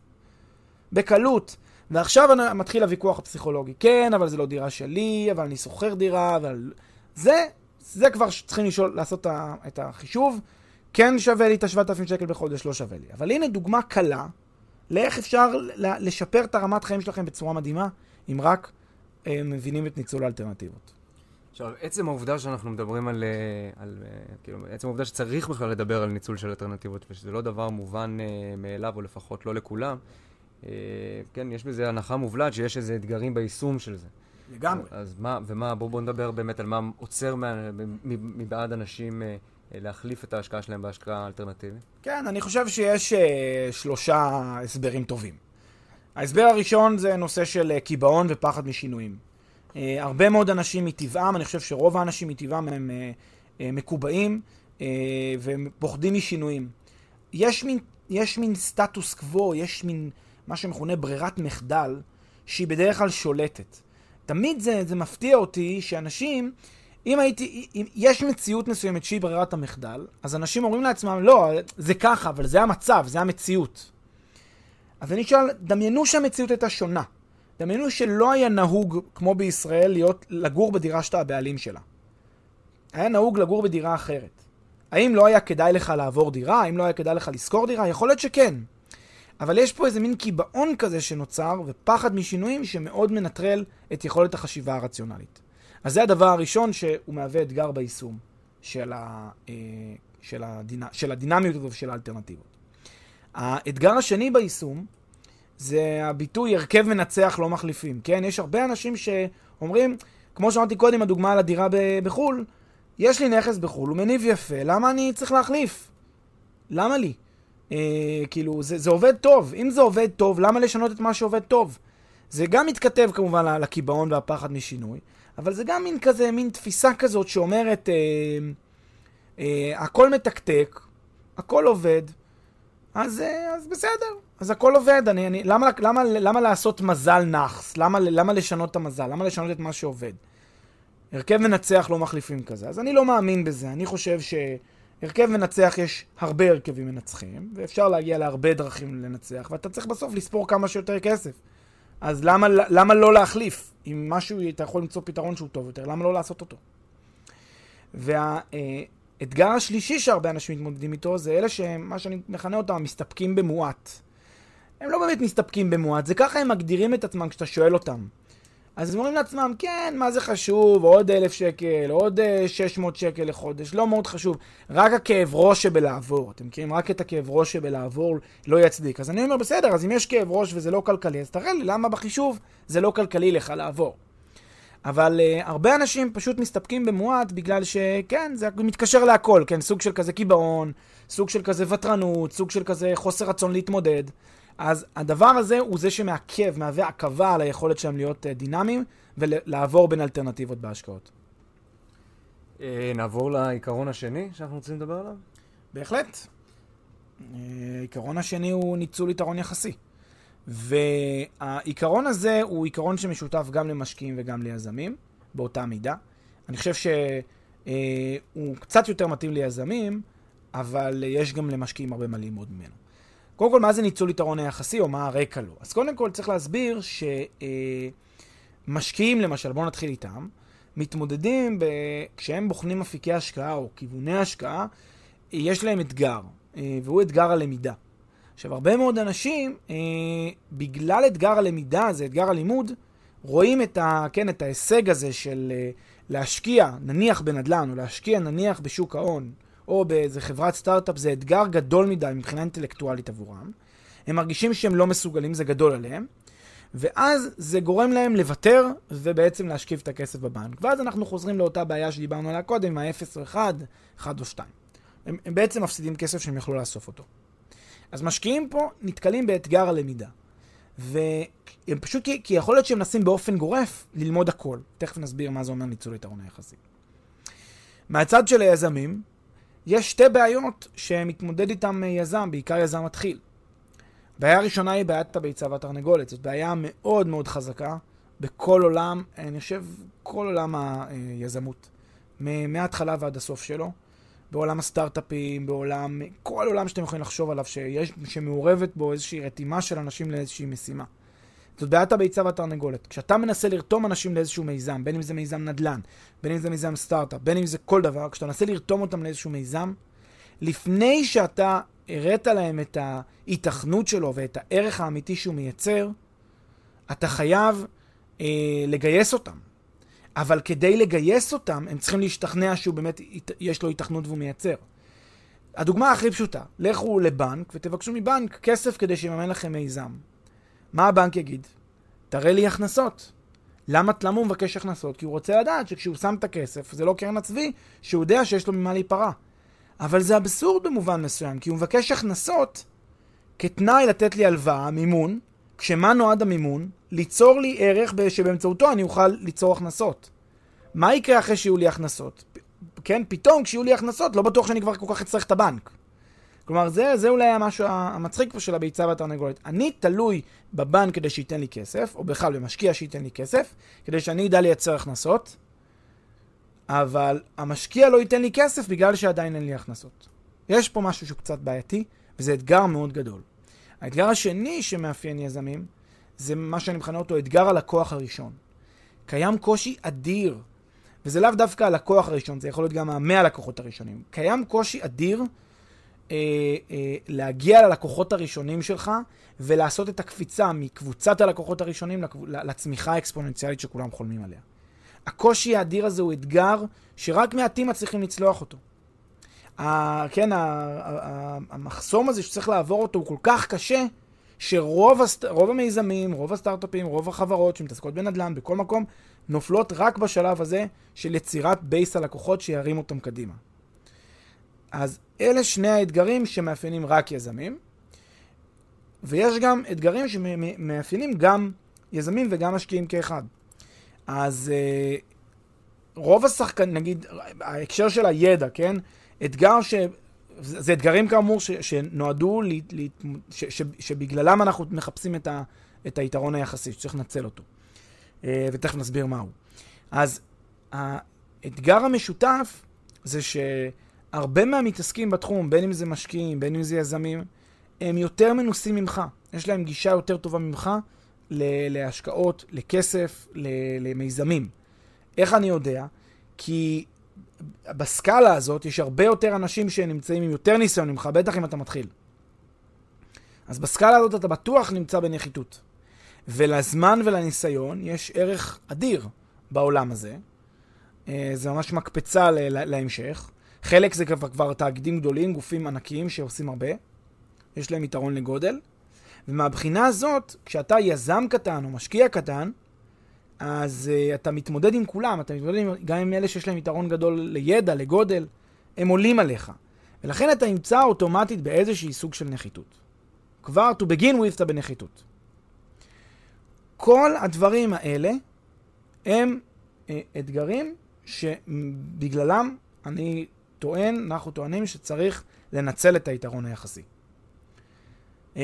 בקלות. ועכשיו מתחיל הוויכוח הפסיכולוגי. כן, אבל זה לא דירה שלי, אבל אני סוחר דירה, אבל... זה, זה כבר צריכים לשאול, לעשות את החישוב. כן שווה לי את ה-שבעת אלפים שקל בחודש, לא שווה לי. אבל הנה דוגמה קלה, לאיך אפשר לשפר את הרמת חיים שלכם בצורה מדהימה, אם רק אה, מבינים את ניצול האלטרנטיבות. עכשיו, עצם העובדה שאנחנו מדברים על, על, כאילו, עצם העובדה שצריך בכלל לדבר על ניצול של אלטרנטיבות, ושזה לא דבר מובן אה, מאליו, או לפחות לא לכולם, אה, כן, יש בזה הנחה מובלעת שיש איזה אתגרים ביישום של זה. לגמרי. אז מה, ומה, בואו בוא נדבר באמת על מה עוצר מבעד אנשים אה, להחליף את ההשקעה שלהם בהשקעה אלטרנטיבית. כן, אני חושב שיש אה, שלושה הסברים טובים. ההסבר הראשון זה נושא של קיבעון ופחד משינויים. אה, הרבה מאוד אנשים מטבעם, אני חושב שרוב האנשים מטבעם הם אה, אה, מקובעים, אה, והם פוחדים משינויים. יש מין, יש מין סטטוס קוו, יש מין מה שמכונה ברירת מחדל, שהיא בדרך כלל שולטת. תמיד זה, זה מפתיע אותי שאנשים, אם הייתי, אם יש מציאות מסוימת שהיא ברירת המחדל, אז אנשים אומרים לעצמם, לא, זה ככה, אבל זה המצב, זה המציאות. אז אני שואל, דמיינו שהמציאות הייתה שונה. דמיינו שלא היה נהוג, כמו בישראל, להיות, לגור בדירה שאתה הבעלים שלה. היה נהוג לגור בדירה אחרת. האם לא היה כדאי לך לעבור דירה? האם לא היה כדאי לך לשכור דירה? יכול להיות שכן. אבל יש פה איזה מין קיבעון כזה שנוצר, ופחד משינויים שמאוד מנטרל את יכולת החשיבה הרציונלית. אז זה הדבר הראשון שהוא מהווה אתגר ביישום של, ה, של, הדינ, של הדינמיות ושל האלטרנטיבות. האתגר השני ביישום זה הביטוי הרכב מנצח לא מחליפים. כן, יש הרבה אנשים שאומרים, כמו שאמרתי קודם, הדוגמה על הדירה בחול, יש לי נכס בחול, הוא מניב יפה, למה אני צריך להחליף? למה לי? אה, כאילו, זה, זה עובד טוב. אם זה עובד טוב, למה לשנות את מה שעובד טוב? זה גם מתכתב כמובן לקיבעון והפחד משינוי, אבל זה גם מין כזה, מין תפיסה כזאת שאומרת, אה, אה, הכל מתקתק, הכל עובד, אז, אה, אז בסדר, אז הכל עובד. אני, אני, למה, למה, למה לעשות מזל נחס? למה, למה לשנות את המזל? למה לשנות את מה שעובד? הרכב מנצח לא מחליפים כזה. אז אני לא מאמין בזה. אני חושב שהרכב מנצח יש הרבה הרכבים מנצחים, ואפשר להגיע להרבה דרכים לנצח, ואתה צריך בסוף לספור כמה שיותר כסף. אז למה, למה לא להחליף? אם משהו, אתה יכול למצוא פתרון שהוא טוב יותר, למה לא לעשות אותו? והאתגר השלישי שהרבה אנשים מתמודדים איתו, זה אלה שמה שאני מכנה אותם, מסתפקים במועט. הם לא באמת מסתפקים במועט, זה ככה הם מגדירים את עצמם כשאתה שואל אותם. אז הם אומרים לעצמם, כן, מה זה חשוב? עוד אלף שקל, עוד שש מאות שקל לחודש, לא מאוד חשוב. רק הכאב ראש שבלעבור, אתם מכירים? רק את הכאב ראש שבלעבור לא יצדיק. אז אני אומר, בסדר, אז אם יש כאב ראש וזה לא כלכלי, אז תראה לי למה בחישוב זה לא כלכלי לך לעבור. אבל uh, הרבה אנשים פשוט מסתפקים במועט בגלל שכן, זה מתקשר להכל, כן, סוג של כזה קיבעון, סוג של כזה וטרנות, סוג של כזה חוסר רצון להתמודד. אז הדבר הזה הוא זה שמעכב, מהווה עקבה על היכולת שלהם להיות דינמיים ולעבור בין אלטרנטיבות בהשקעות. נעבור לעיקרון השני שאנחנו רוצים לדבר עליו? בהחלט. העיקרון השני הוא ניצול יתרון יחסי. והעיקרון הזה הוא עיקרון שמשותף גם למשקיעים וגם ליזמים, באותה מידה. אני חושב שהוא קצת יותר מתאים ליזמים, אבל יש גם למשקיעים הרבה מה ללמוד ממנו. קודם כל, מה זה ניצול יתרון היחסי, או מה הרקע לו? אז קודם כל צריך להסביר שמשקיעים, למשל, בואו נתחיל איתם, מתמודדים, ב... כשהם בוחנים אפיקי השקעה או כיווני השקעה, יש להם אתגר, והוא אתגר הלמידה. עכשיו, הרבה מאוד אנשים, בגלל אתגר הלמידה, זה אתגר הלימוד, רואים את, ה... כן, את ההישג הזה של להשקיע, נניח בנדל"ן, או להשקיע נניח בשוק ההון, או באיזה חברת סטארט-אפ, זה אתגר גדול מדי מבחינה אינטלקטואלית עבורם. הם מרגישים שהם לא מסוגלים, זה גדול עליהם, ואז זה גורם להם לוותר, ובעצם להשקיף את הכסף בבנק. ואז אנחנו חוזרים לאותה בעיה שדיברנו עליה קודם, עם ה-אפס או אחד, אחד או שתיים. הם, הם בעצם מפסידים כסף שהם יכלו לאסוף אותו. אז משקיעים פה נתקלים באתגר הלמידה. והם פשוט, כי, כי יכול להיות שהם מנסים באופן גורף ללמוד הכל. תכף נסביר מה זה אומר ניצול יתרון היחסי. מהצד של היזמים, יש שתי בעיות שמתמודד איתם יזם, בעיקר יזם מתחיל. בעיה הראשונה היא בעיית הביצה והתרנגולת. זאת בעיה מאוד מאוד חזקה בכל עולם, אני חושב, כל עולם היזמות. מההתחלה ועד הסוף שלו. בעולם הסטארט-אפים, בעולם, כל עולם שאתם יכולים לחשוב עליו, שיש, שמעורבת בו איזושהי רתימה של אנשים לאיזושהי משימה. זאת בעיית הביצה והתרנגולת. כשאתה מנסה לרתום אנשים לאיזשהו מיזם, בין אם זה מיזם נדל"ן, בין אם זה מיזם סטארט-אפ, בין אם זה כל דבר, כשאתה מנסה לרתום אותם לאיזשהו מיזם, לפני שאתה הראת להם את ההיתכנות שלו ואת הערך האמיתי שהוא מייצר, אתה חייב אה, לגייס אותם. אבל כדי לגייס אותם, הם צריכים להשתכנע שהוא באמת, יש לו היתכנות והוא מייצר. הדוגמה הכי פשוטה, לכו לבנק ותבקשו מבנק כסף כדי שיממן לכם מיזם. מה הבנק יגיד? תראה לי הכנסות. למה, למה הוא מבקש הכנסות? כי הוא רוצה לדעת שכשהוא שם את הכסף, זה לא קרן הצבי, שהוא יודע שיש לו ממה להיפרע. אבל זה אבסורד במובן מסוים, כי הוא מבקש הכנסות כתנאי לתת לי הלוואה, מימון, כשמה נועד המימון? ליצור לי ערך שבאמצעותו אני אוכל ליצור הכנסות. מה יקרה אחרי שיהיו לי הכנסות? כן, פתאום כשיהיו לי הכנסות, לא בטוח שאני כבר כל כך אצטרך את הבנק. כלומר, זה, זה אולי המשהו המצחיק פה של הביצה והתרנגולת. אני תלוי בבנק כדי שייתן לי כסף, או בכלל במשקיע שייתן לי כסף, כדי שאני אדע לייצר הכנסות, אבל המשקיע לא ייתן לי כסף בגלל שעדיין אין לי הכנסות. יש פה משהו שהוא קצת בעייתי, וזה אתגר מאוד גדול. האתגר השני שמאפיין יזמים, זה מה שאני מכנה אותו אתגר הלקוח הראשון. קיים קושי אדיר, וזה לאו דווקא הלקוח הראשון, זה יכול להיות גם המאה לקוחות הראשונים. קיים קושי אדיר אה, אה, להגיע ללקוחות הראשונים שלך, ולעשות את הקפיצה מקבוצת הלקוחות הראשונים לצמיחה האקספוננציאלית שכולם חולמים עליה. הקושי האדיר הזה הוא אתגר שרק מעטים מצליחים לצלוח אותו. ה, כן, ה, ה, המחסום הזה שצריך לעבור אותו הוא כל כך קשה, שרוב הסט... רוב המיזמים, רוב הסטארט-אפים, רוב החברות שמתעסקות בנדל"ן, בכל מקום, נופלות רק בשלב הזה של יצירת בייס הלקוחות שירים אותם קדימה. אז אלה שני האתגרים שמאפיינים רק יזמים, ויש גם אתגרים שמאפיינים גם יזמים וגם משקיעים כאחד. אז רוב השחקנים, נגיד, ההקשר של הידע, כן? אתגר ש... זה אתגרים כאמור ש... שנועדו, ל... ל... ש... ש... שבגללם אנחנו מחפשים את, ה... את היתרון היחסי, שצריך לנצל אותו. ותכף נסביר מהו. אז האתגר המשותף זה שהרבה מהמתעסקים בתחום, בין אם זה משקיעים, בין אם זה יזמים, הם יותר מנוסים ממך. יש להם גישה יותר טובה ממך להשקעות, לכסף, למיזמים. איך אני יודע? כי בסקאלה הזאת יש הרבה יותר אנשים שנמצאים עם יותר ניסיון ממך, בטח אם אתה מתחיל. אז בסקאלה הזאת אתה בטוח נמצא בנחיתות. ולזמן ולניסיון יש ערך אדיר בעולם הזה. זה ממש מקפצה להמשך. חלק זה כבר, כבר תאגידים גדולים, גופים ענקיים שעושים הרבה. יש להם יתרון לגודל. ומהבחינה הזאת, כשאתה יזם קטן או משקיע קטן, אז uh, אתה מתמודד עם כולם, אתה מתמודד עם, גם עם אלה שיש להם יתרון גדול לידע, לגודל, הם עולים עליך. ולכן אתה נמצא אוטומטית באיזושהי סוג של נחיתות. כבר, to begin with, אתה בנחיתות. כל הדברים האלה הם uh, אתגרים שבגללם אני טוען, אנחנו טוענים שצריך לנצל את היתרון היחסי. Uh,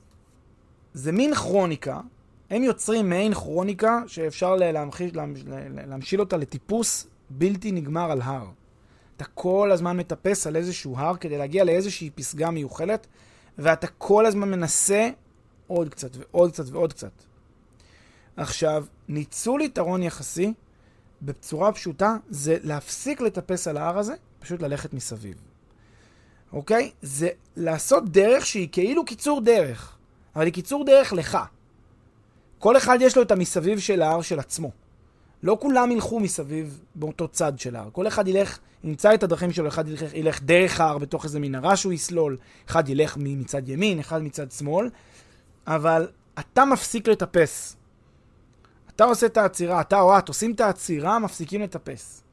זה מין כרוניקה, הם יוצרים מעין כרוניקה שאפשר להמחיש, להמשיל אותה לטיפוס בלתי נגמר על הר. אתה כל הזמן מטפס על איזשהו הר כדי להגיע לאיזושהי פסגה מיוחלת, ואתה כל הזמן מנסה עוד קצת ועוד קצת ועוד קצת. עכשיו, ניצול יתרון יחסי בצורה פשוטה זה להפסיק לטפס על ההר הזה, פשוט ללכת מסביב. אוקיי? זה לעשות דרך שהיא כאילו קיצור דרך, אבל היא קיצור דרך לך. כל אחד יש לו את המסביב של ההר של עצמו. לא כולם ילכו מסביב באותו צד של ההר. כל אחד ילך, ימצא את הדרכים שלו, אחד ילך, ילך דרך ההר בתוך איזה מנהרה שהוא יסלול, אחד ילך מצד ימין, אחד מצד שמאל, אבל אתה מפסיק לטפס. אתה עושה את העצירה, אתה או את עושים את העצירה, מפסיקים לטפס.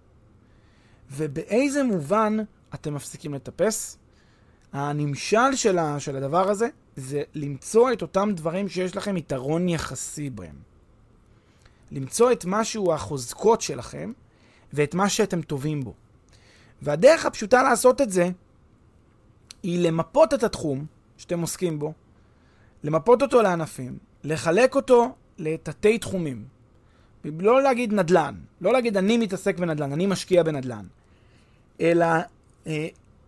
ובאיזה מובן אתם מפסיקים לטפס? הנמשל של, ה, של הדבר הזה זה למצוא את אותם דברים שיש לכם יתרון יחסי בהם. למצוא את משהו החוזקות שלכם ואת מה שאתם טובים בו. והדרך הפשוטה לעשות את זה היא למפות את התחום שאתם עוסקים בו, למפות אותו לענפים, לחלק אותו לתתי תחומים. לא להגיד נדל"ן, לא להגיד אני מתעסק בנדל"ן, אני משקיע בנדל"ן, אלא אה,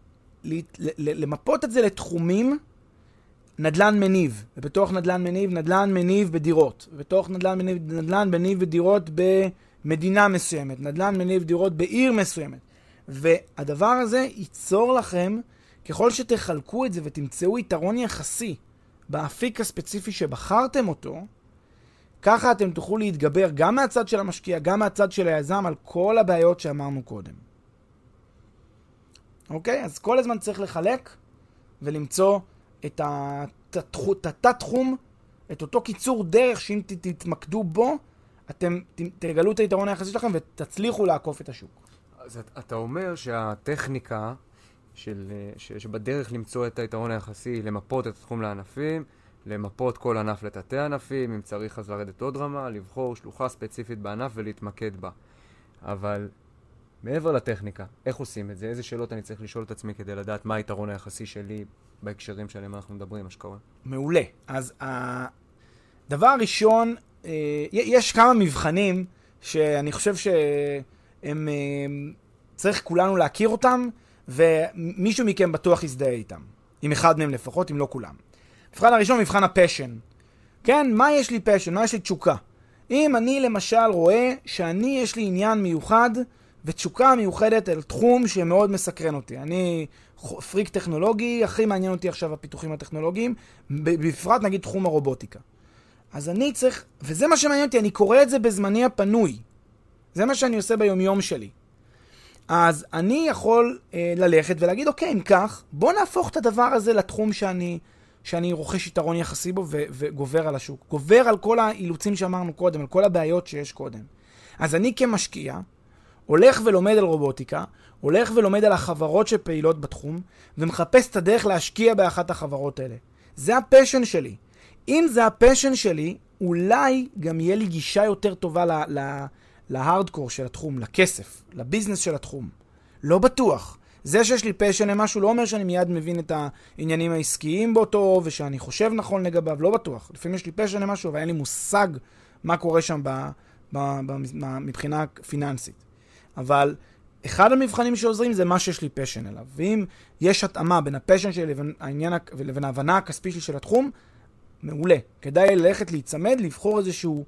למפות את זה לתחומים נדל"ן מניב, ובתוך נדל"ן מניב, נדל"ן מניב בדירות, ובתוך נדל"ן מניב, נדל"ן מניב בדירות במדינה מסוימת, נדל"ן מניב דירות בעיר מסוימת. והדבר הזה ייצור לכם, ככל שתחלקו את זה ותמצאו יתרון יחסי באפיק הספציפי שבחרתם אותו, ככה אתם תוכלו להתגבר גם מהצד של המשקיע, גם מהצד של היזם, על כל הבעיות שאמרנו קודם. אוקיי? אז כל הזמן צריך לחלק ולמצוא את התת-תחום, את אותו קיצור דרך שאם תתמקדו בו, אתם תגלו את היתרון היחסי שלכם ותצליחו לעקוף את השוק. אז אתה אומר שהטכניקה של, ש, שבדרך למצוא את היתרון היחסי, למפות את התחום לענפים, למפות כל ענף לתתי ענפים, אם צריך אז לרדת עוד רמה, לבחור שלוחה ספציפית בענף ולהתמקד בה. אבל מעבר לטכניקה, איך עושים את זה? איזה שאלות אני צריך לשאול את עצמי כדי לדעת מה היתרון היחסי שלי בהקשרים שעליהם אנחנו מדברים, השקעות? מעולה. אז הדבר הראשון, יש כמה מבחנים שאני חושב שהם צריך כולנו להכיר אותם, ומישהו מכם בטוח יזדהה איתם. עם אחד מהם לפחות, אם לא כולם. מבחן הראשון, מבחן הפשן. כן, מה יש לי פשן? מה יש לי תשוקה? אם אני למשל רואה שאני יש לי עניין מיוחד ותשוקה מיוחדת על תחום שמאוד מסקרן אותי. אני פריק טכנולוגי, הכי מעניין אותי עכשיו הפיתוחים הטכנולוגיים, בפרט נגיד תחום הרובוטיקה. אז אני צריך, וזה מה שמעניין אותי, אני קורא את זה בזמני הפנוי. זה מה שאני עושה ביומיום שלי. אז אני יכול אה, ללכת ולהגיד, אוקיי, אם כך, בוא נהפוך את הדבר הזה לתחום שאני, שאני רוכש יתרון יחסי בו ו- וגובר על השוק. גובר על כל האילוצים שאמרנו קודם, על כל הבעיות שיש קודם. אז אני כמשקיע, הולך ולומד על רובוטיקה, הולך ולומד על החברות שפעילות בתחום, ומחפש את הדרך להשקיע באחת החברות האלה. זה הפשן שלי. אם זה הפשן שלי, אולי גם יהיה לי גישה יותר טובה ל... ל- להארדקור של התחום, לכסף, לביזנס של התחום. לא בטוח. זה שיש לי פשן למשהו לא אומר שאני מיד מבין את העניינים העסקיים באותו, ושאני חושב נכון לגביו, לא בטוח. לפעמים יש לי פשן למשהו, אבל אין לי מושג מה קורה שם ב, ב, ב, ב, מבחינה פיננסית. אבל אחד המבחנים שעוזרים זה מה שיש לי פשן אליו. ואם יש התאמה בין הפשן שלי לבין, העניין, לבין ההבנה הכספית של התחום, מעולה. כדאי ללכת להיצמד, לבחור איזשהו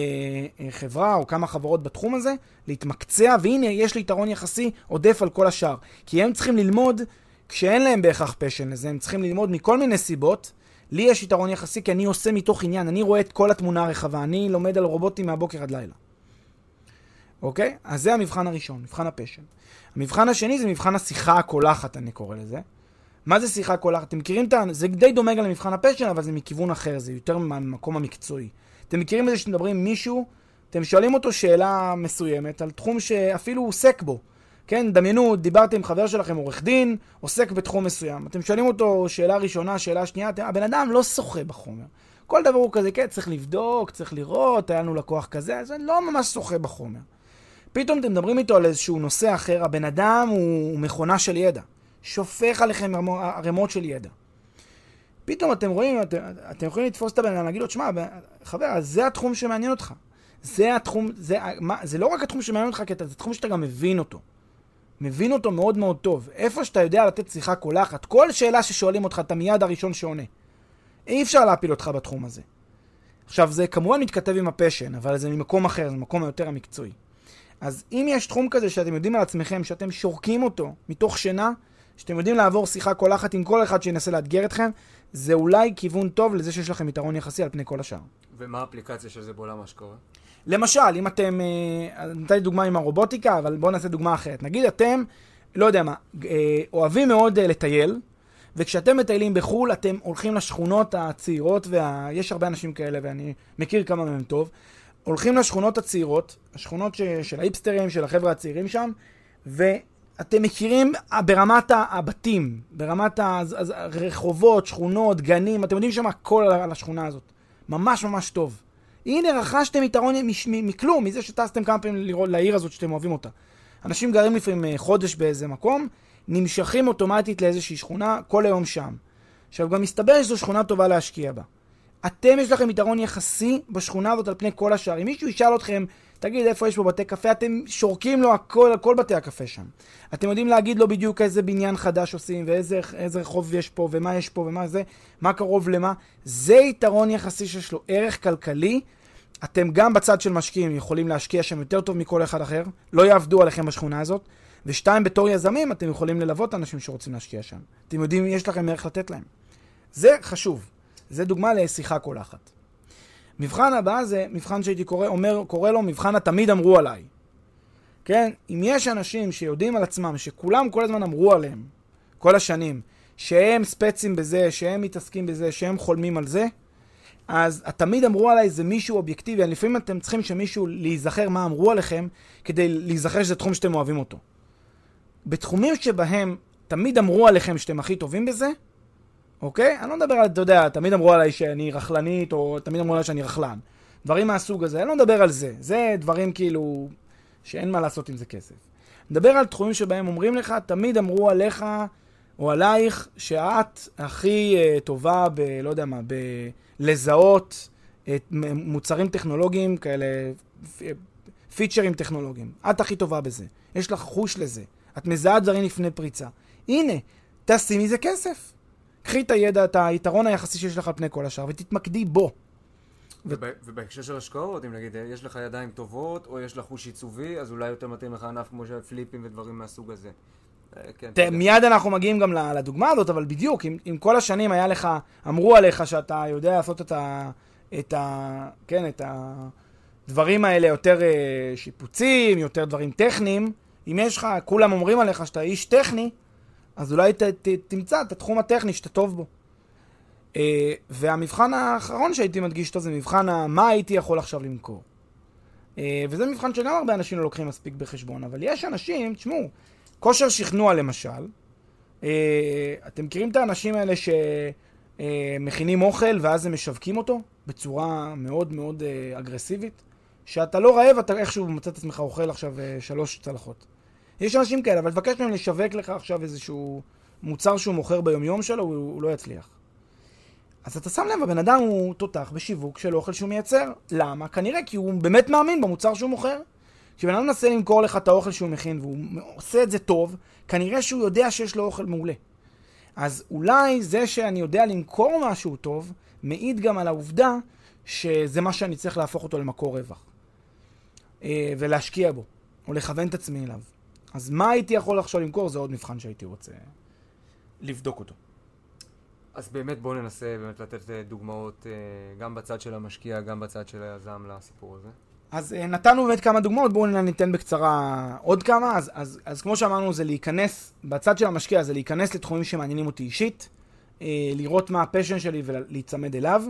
חברה או כמה חברות בתחום הזה, להתמקצע, והנה יש לי יתרון יחסי עודף על כל השאר. כי הם צריכים ללמוד, כשאין להם בהכרח פשן לזה, הם צריכים ללמוד מכל מיני סיבות. לי יש יתרון יחסי כי אני עושה מתוך עניין, אני רואה את כל התמונה הרחבה, אני לומד על רובוטים מהבוקר עד לילה. אוקיי? אז זה המבחן הראשון, מבחן הפשן. המבחן השני זה מבחן השיחה הקולחת, אני קורא לזה. מה זה שיחה קולחת? אתם מכירים את זה? זה די דומה גם למבחן הפשן, אבל זה מכיוון אחר, זה יותר מהמקום המקצועי. אתם מכירים את זה שאתם מדברים עם מישהו, אתם שואלים אותו שאלה מסוימת על תחום שאפילו הוא עוסק בו. כן, דמיינו, דיברתם עם חבר שלכם, עורך דין, עוסק בתחום מסוים. אתם שואלים אותו שאלה ראשונה, שאלה שנייה, אתם, הבן אדם לא שוחה בחומר. כל דבר הוא כזה, כן, צריך לבדוק, צריך לראות, היה לנו לקוח כזה, אז אני לא ממש שוחה בחומר. פתאום אתם מדברים איתו על איזשהו נושא אחר, הבן אדם הוא מכונה של ידע. שופך עליכם ערימות של ידע. פתאום אתם רואים, אתם, אתם יכולים לתפוס את הבן אדם, להגיד לו, תשמע, חבר, זה התחום שמעניין אותך. זה התחום, זה, מה, זה לא רק התחום שמעניין אותך, כי זה התחום שאתה גם מבין אותו. מבין אותו מאוד מאוד טוב. איפה שאתה יודע לתת שיחה קולחת, כל שאלה ששואלים אותך, אתה מיד הראשון שעונה. אי אפשר להפיל אותך בתחום הזה. עכשיו, זה כמובן מתכתב עם הפשן, אבל זה ממקום אחר, זה מקום היותר המקצועי. אז אם יש תחום כזה שאתם יודעים על עצמכם, שאתם שורקים אותו מתוך שינה, שאתם יודעים לעבור שיחה קולחת עם כל אחד שינסה לאתגר אתכם, זה אולי כיוון טוב לזה שיש לכם יתרון יחסי על פני כל השאר. ומה האפליקציה של זה בעולם השקעות? למשל, אם אתם, נתתי דוגמה עם הרובוטיקה, אבל בואו נעשה דוגמה אחרת. נגיד אתם, לא יודע מה, אוהבים מאוד לטייל, וכשאתם מטיילים בחול, אתם הולכים לשכונות הצעירות, ויש הרבה אנשים כאלה, ואני מכיר כמה מהם טוב, הולכים לשכונות הצעירות, השכונות של האיפסטרים, של החבר'ה הצעירים שם, ואתם מכירים ברמת הבתים, ברמת הרחובות, שכונות, גנים, אתם יודעים שם הכל על השכונה הזאת. ממש ממש טוב. הנה, רכשתם יתרון מכלום, מזה שטסתם כמה פעמים לראות לעיר הזאת שאתם אוהבים אותה. אנשים גרים לפעמים חודש באיזה מקום, נמשכים אוטומטית לאיזושהי שכונה, כל היום שם. עכשיו, גם מסתבר שזו שכונה טובה להשקיע בה. אתם יש לכם יתרון יחסי בשכונה הזאת על פני כל השאר. אם מישהו ישאל אתכם, תגיד איפה יש בו בתי קפה, אתם שורקים לו הכל, כל בתי הקפה שם. אתם יודעים להגיד לו בדיוק איזה בניין חדש עושים, ואיזה איזה רחוב יש פה, ומה יש פה, ומה זה, מה קרוב למה. זה יתרון יחסי שיש לו ערך כלכלי. אתם גם בצד של משקיעים יכולים להשקיע שם יותר טוב מכל אחד אחר, לא יעבדו עליכם בשכונה הזאת. ושתיים, בתור יזמים, אתם יכולים ללוות אנשים שרוצים להשקיע שם. אתם יודעים, יש לכם ערך לתת להם. זה חשוב. זה דוגמה לשיחה קולחת. מבחן הבא זה מבחן שהייתי קורא, אומר, קורא לו מבחן התמיד אמרו עליי. כן? אם יש אנשים שיודעים על עצמם, שכולם כל הזמן אמרו עליהם, כל השנים, שהם ספצים בזה, שהם מתעסקים בזה, שהם חולמים על זה, אז התמיד אמרו עליי זה מישהו אובייקטיבי. לפעמים אתם צריכים שמישהו להיזכר מה אמרו עליכם, כדי להיזכר שזה תחום שאתם אוהבים אותו. בתחומים שבהם תמיד אמרו עליכם שאתם הכי טובים בזה, אוקיי? אני לא מדבר על, אתה יודע, תמיד אמרו עליי שאני רכלנית, או תמיד אמרו עליי שאני רכלן. דברים מהסוג הזה, אני לא מדבר על זה. זה דברים כאילו שאין מה לעשות עם זה כסף. מדבר על תחומים שבהם אומרים לך, תמיד אמרו עליך או עלייך שאת הכי uh, טובה ב, לא יודע מה, בלזהות את מוצרים טכנולוגיים כאלה, פיצ'רים טכנולוגיים. את הכי טובה בזה. יש לך חוש לזה. את מזהה דברים לפני פריצה. הנה, תעשי מזה כסף. קחי את הידע, את היתרון היחסי שיש לך על פני כל השאר, ותתמקדי בו. ובהקשר של השקעות, אם נגיד, יש לך ידיים טובות, או יש לך חוש עיצובי, אז אולי יותר מתאים לך ענף כמו פליפים ודברים מהסוג הזה. מיד אנחנו מגיעים גם לדוגמה הזאת, אבל בדיוק, אם כל השנים היה לך, אמרו עליך שאתה יודע לעשות את ה... את ה... כן, את הדברים האלה יותר שיפוצים, יותר דברים טכניים, אם יש לך, כולם אומרים עליך שאתה איש טכני, אז אולי ת, ת, תמצא את התחום הטכני שאתה טוב בו. Uh, והמבחן האחרון שהייתי מדגיש אותו זה מבחן ה- מה הייתי יכול עכשיו למכור. Uh, וזה מבחן שגם הרבה אנשים לא לוקחים מספיק בחשבון, אבל יש אנשים, תשמעו, כושר שכנוע למשל, uh, אתם מכירים את האנשים האלה שמכינים uh, אוכל ואז הם משווקים אותו בצורה מאוד מאוד uh, אגרסיבית, שאתה לא רעב, אתה איכשהו מצא את עצמך אוכל עכשיו uh, שלוש צלחות. יש אנשים כאלה, אבל תבקש מהם לשווק לך עכשיו איזשהו מוצר שהוא מוכר ביומיום שלו, הוא, הוא לא יצליח. אז אתה שם לב, הבן אדם הוא תותח בשיווק של אוכל שהוא מייצר. למה? כנראה כי הוא באמת מאמין במוצר שהוא מוכר. כשבן אדם מנסה למכור לך את האוכל שהוא מכין, והוא עושה את זה טוב, כנראה שהוא יודע שיש לו אוכל מעולה. אז אולי זה שאני יודע למכור משהו טוב, מעיד גם על העובדה שזה מה שאני צריך להפוך אותו למקור רווח. ולהשקיע בו, או לכוון את עצמי אליו. אז מה הייתי יכול עכשיו למכור? זה עוד מבחן שהייתי רוצה לבדוק אותו. אז באמת בואו ננסה באמת לתת דוגמאות גם בצד של המשקיע, גם בצד של היזם לסיפור הזה. אז נתנו באמת כמה דוגמאות, בואו ניתן בקצרה עוד כמה. אז, אז, אז כמו שאמרנו, זה להיכנס, בצד של המשקיע זה להיכנס לתחומים שמעניינים אותי אישית, לראות מה הפשן שלי ולהצמד אליו.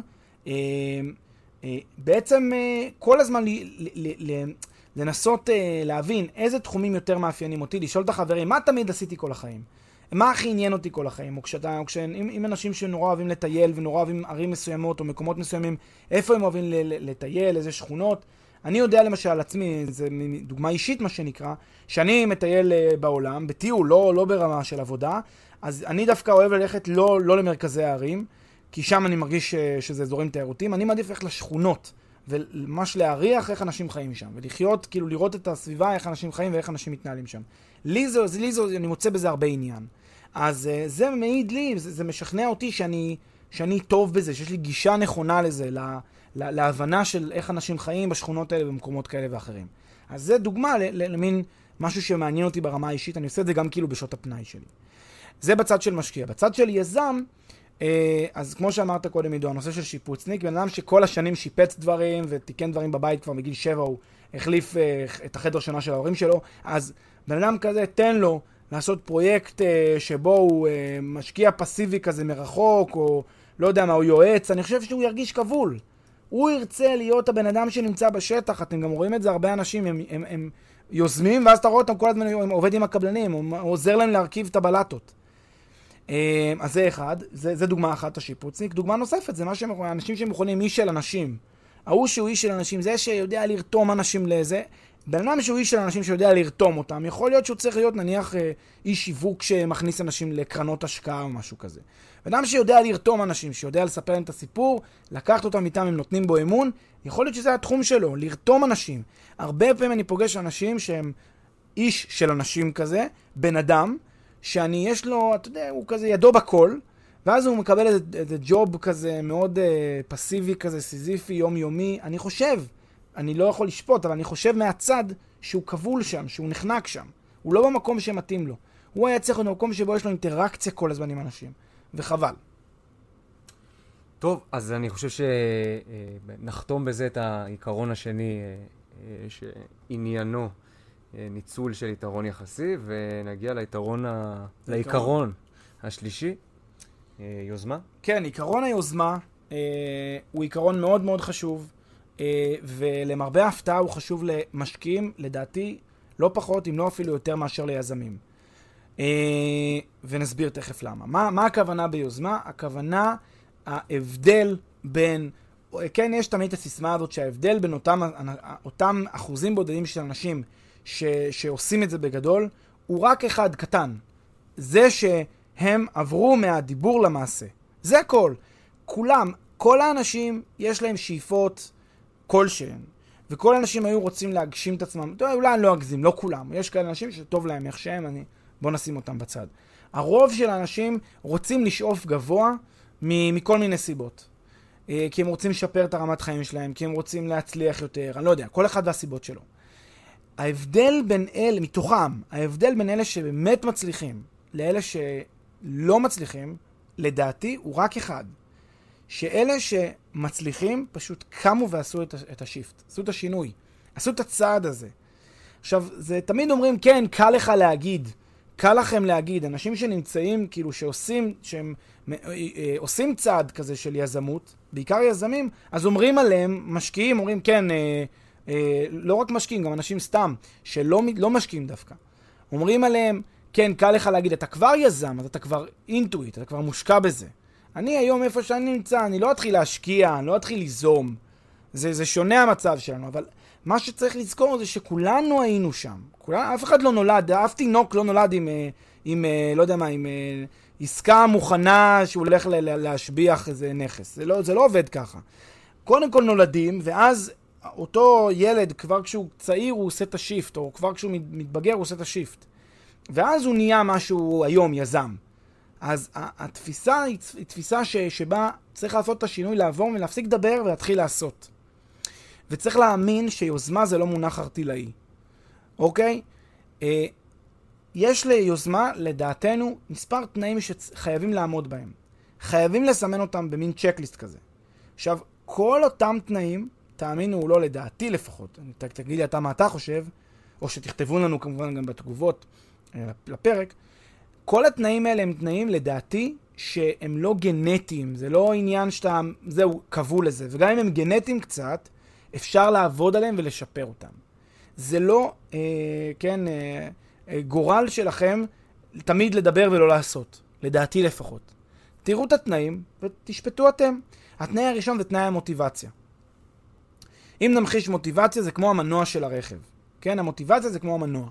בעצם כל הזמן ל, ל, ל, לנסות להבין איזה תחומים יותר מאפיינים אותי, לשאול את החברים, מה תמיד עשיתי כל החיים? מה הכי עניין אותי כל החיים? או כשאתה, או כשאין, אם, אם אנשים שנורא אוהבים לטייל ונורא אוהבים ערים מסוימות או מקומות מסוימים, איפה הם אוהבים לטייל, איזה שכונות? אני יודע למשל על עצמי, זה דוגמה אישית מה שנקרא, שאני מטייל בעולם, בטיול, לא, לא ברמה של עבודה, אז אני דווקא אוהב ללכת לא, לא למרכזי הערים, כי שם אני מרגיש שזה אזורים תיירותיים, אני מעדיף ללכת לשכונות, וממש להריח איך אנשים חיים שם, ולחיות, כאילו לראות את הסביבה, איך אנשים חיים ואיך אנשים מתנהלים שם. לי זה, לי זה, אני מוצא בזה הרבה עניין. אז זה מעיד לי, זה, זה משכנע אותי שאני, שאני טוב בזה, שיש לי גישה נכונה לזה, לה, לה, להבנה של איך אנשים חיים בשכונות האלה במקומות כאלה ואחרים. אז זה דוגמה למין משהו שמעניין אותי ברמה האישית, אני עושה את זה גם כאילו בשעות הפנאי שלי. זה בצד של משקיע. בצד של יזם, אז כמו שאמרת קודם עידו, הנושא של שיפוצניק, בן אדם שכל השנים שיפץ דברים ותיקן דברים בבית כבר מגיל שבע, הוא החליף את החדר שינה של ההורים שלו, אז בן אדם כזה תן לו לעשות פרויקט שבו הוא משקיע פסיבי כזה מרחוק, או לא יודע מה, הוא יועץ, אני חושב שהוא ירגיש כבול. הוא ירצה להיות הבן אדם שנמצא בשטח, אתם גם רואים את זה, הרבה אנשים הם, הם, הם יוזמים, ואז אתה רואה אותם כל הזמן, הם עובד עם הקבלנים, הוא עוזר להם להרכיב את הבלטות. אז זה אחד, זה, זה דוגמה אחת השיפוצניק. דוגמה נוספת, זה מה שהם רואים, אנשים שהם מכונים איש של אנשים. ההוא שהוא איש של אנשים, זה שיודע לרתום אנשים לזה. בן אדם שהוא איש של אנשים שיודע לרתום אותם, יכול להיות שהוא צריך להיות נניח איש שיווק שמכניס אנשים לקרנות השקעה או משהו כזה. בן אדם שיודע לרתום אנשים, שיודע לספר להם את הסיפור, לקחת אותם איתם, הם נותנים בו אמון, יכול להיות שזה התחום שלו, לרתום אנשים. הרבה פעמים אני פוגש אנשים שהם איש של אנשים כזה, בן אדם, שאני יש לו, אתה יודע, הוא כזה ידו בכל, ואז הוא מקבל איזה, איזה ג'וב כזה מאוד uh, פסיבי כזה, סיזיפי, יומיומי. אני חושב, אני לא יכול לשפוט, אבל אני חושב מהצד שהוא כבול שם, שהוא נחנק שם. הוא לא במקום שמתאים לו. הוא היה צריך להיות במקום שבו יש לו אינטראקציה כל הזמן עם אנשים. וחבל. טוב, אז אני חושב שנחתום בזה את העיקרון השני, שעניינו ניצול של יתרון יחסי, ונגיע ליתרון ה... לעיקרון השלישי, יוזמה. כן, עיקרון היוזמה הוא עיקרון מאוד מאוד חשוב, ולמרבה ההפתעה הוא חשוב למשקיעים, לדעתי, לא פחות, אם לא אפילו יותר מאשר ליזמים. ונסביר תכף למה. מה, מה הכוונה ביוזמה? הכוונה, ההבדל בין, כן, יש תמיד את הסיסמה הזאת שההבדל בין אותם, אותם אחוזים בודדים של אנשים ש, שעושים את זה בגדול, הוא רק אחד קטן. זה שהם עברו מהדיבור למעשה. זה הכל. כולם, כל האנשים יש להם שאיפות כלשהן. וכל האנשים היו רוצים להגשים את עצמם. אולי אני לא אגזים, לא כולם. יש כאלה אנשים שטוב להם איך שהם, אני... בוא נשים אותם בצד. הרוב של האנשים רוצים לשאוף גבוה מכל מיני סיבות. כי הם רוצים לשפר את הרמת חיים שלהם, כי הם רוצים להצליח יותר, אני לא יודע, כל אחד והסיבות שלו. ההבדל בין אלה, מתוכם, ההבדל בין אלה שבאמת מצליחים, לאלה שלא מצליחים, לדעתי הוא רק אחד. שאלה שמצליחים פשוט קמו ועשו את, את השיפט, עשו את השינוי, עשו את הצעד הזה. עכשיו, זה תמיד אומרים, כן, קל לך להגיד, קל לכם להגיד, אנשים שנמצאים, כאילו שעושים, שהם אה, אה, עושים צעד כזה של יזמות, בעיקר יזמים, אז אומרים עליהם, משקיעים, אומרים, כן, אה, אה, לא רק משקיעים, גם אנשים סתם, שלא לא משקיעים דווקא. אומרים עליהם, כן, קל לך להגיד, אתה כבר יזם, אז אתה כבר אינטואיט, אתה כבר מושקע בזה. אני היום איפה שאני נמצא, אני לא אתחיל להשקיע, אני לא אתחיל ליזום. זה, זה שונה המצב שלנו, אבל מה שצריך לזכור זה שכולנו היינו שם. כולנו, אף אחד לא נולד, אף תינוק לא נולד עם, עם, לא יודע מה, עם עסקה מוכנה שהוא הולך להשביח איזה נכס. זה לא, זה לא עובד ככה. קודם כל נולדים, ואז אותו ילד, כבר כשהוא צעיר הוא עושה את השיפט, או כבר כשהוא מתבגר הוא עושה את השיפט. ואז הוא נהיה משהו היום, יזם. אז התפיסה היא תפיסה ש, שבה צריך לעשות את השינוי, לעבור ולהפסיק לדבר ולהתחיל לעשות. וצריך להאמין שיוזמה זה לא מונח ארטילאי. אוקיי? אה, יש ליוזמה, לדעתנו, מספר תנאים שחייבים לעמוד בהם. חייבים לסמן אותם במין צ'קליסט כזה. עכשיו, כל אותם תנאים, תאמינו או לא, לדעתי לפחות, תגיד לי אתה מה אתה חושב, או שתכתבו לנו כמובן גם בתגובות אה, לפרק, כל התנאים האלה הם תנאים, לדעתי, שהם לא גנטיים. זה לא עניין שאתה, זהו, קבעו לזה. וגם אם הם גנטיים קצת, אפשר לעבוד עליהם ולשפר אותם. זה לא, אה, כן, אה, אה, גורל שלכם תמיד לדבר ולא לעשות. לדעתי לפחות. תראו את התנאים ותשפטו אתם. התנאי הראשון זה תנאי המוטיבציה. אם נמחיש מוטיבציה, זה כמו המנוע של הרכב. כן, המוטיבציה זה כמו המנוע.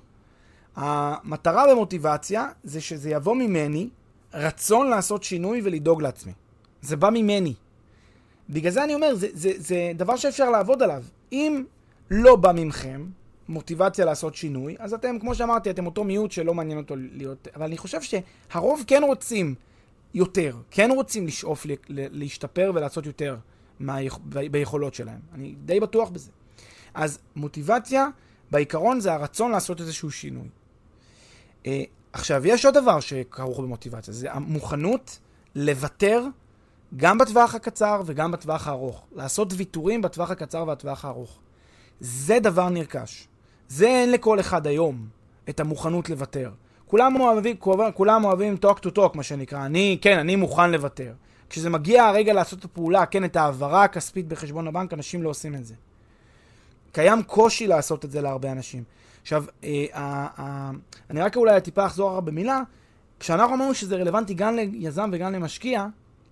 המטרה במוטיבציה זה שזה יבוא ממני רצון לעשות שינוי ולדאוג לעצמי. זה בא ממני. בגלל זה אני אומר, זה, זה, זה דבר שאפשר לעבוד עליו. אם לא בא ממכם מוטיבציה לעשות שינוי, אז אתם, כמו שאמרתי, אתם אותו מיעוט שלא מעניין אותו להיות. אבל אני חושב שהרוב כן רוצים יותר, כן רוצים לשאוף להשתפר ולעשות יותר ביכולות שלהם. אני די בטוח בזה. אז מוטיבציה, בעיקרון זה הרצון לעשות איזשהו שינוי. Uh, עכשיו, יש עוד דבר שכרוך במוטיבציה, זה המוכנות לוותר גם בטווח הקצר וגם בטווח הארוך. לעשות ויתורים בטווח הקצר והטווח הארוך. זה דבר נרכש. זה אין לכל אחד היום, את המוכנות לוותר. כולם אוהבים, כולם אוהבים talk to talk, מה שנקרא. אני, כן, אני מוכן לוותר. כשזה מגיע הרגע לעשות את הפעולה, כן, את העברה הכספית בחשבון הבנק, אנשים לא עושים את זה. קיים קושי לעשות את זה להרבה אנשים. עכשיו, אה, אה, אה, אני רק אולי טיפה אחזור במילה, כשאנחנו אמרנו שזה רלוונטי גם ליזם וגם למשקיע,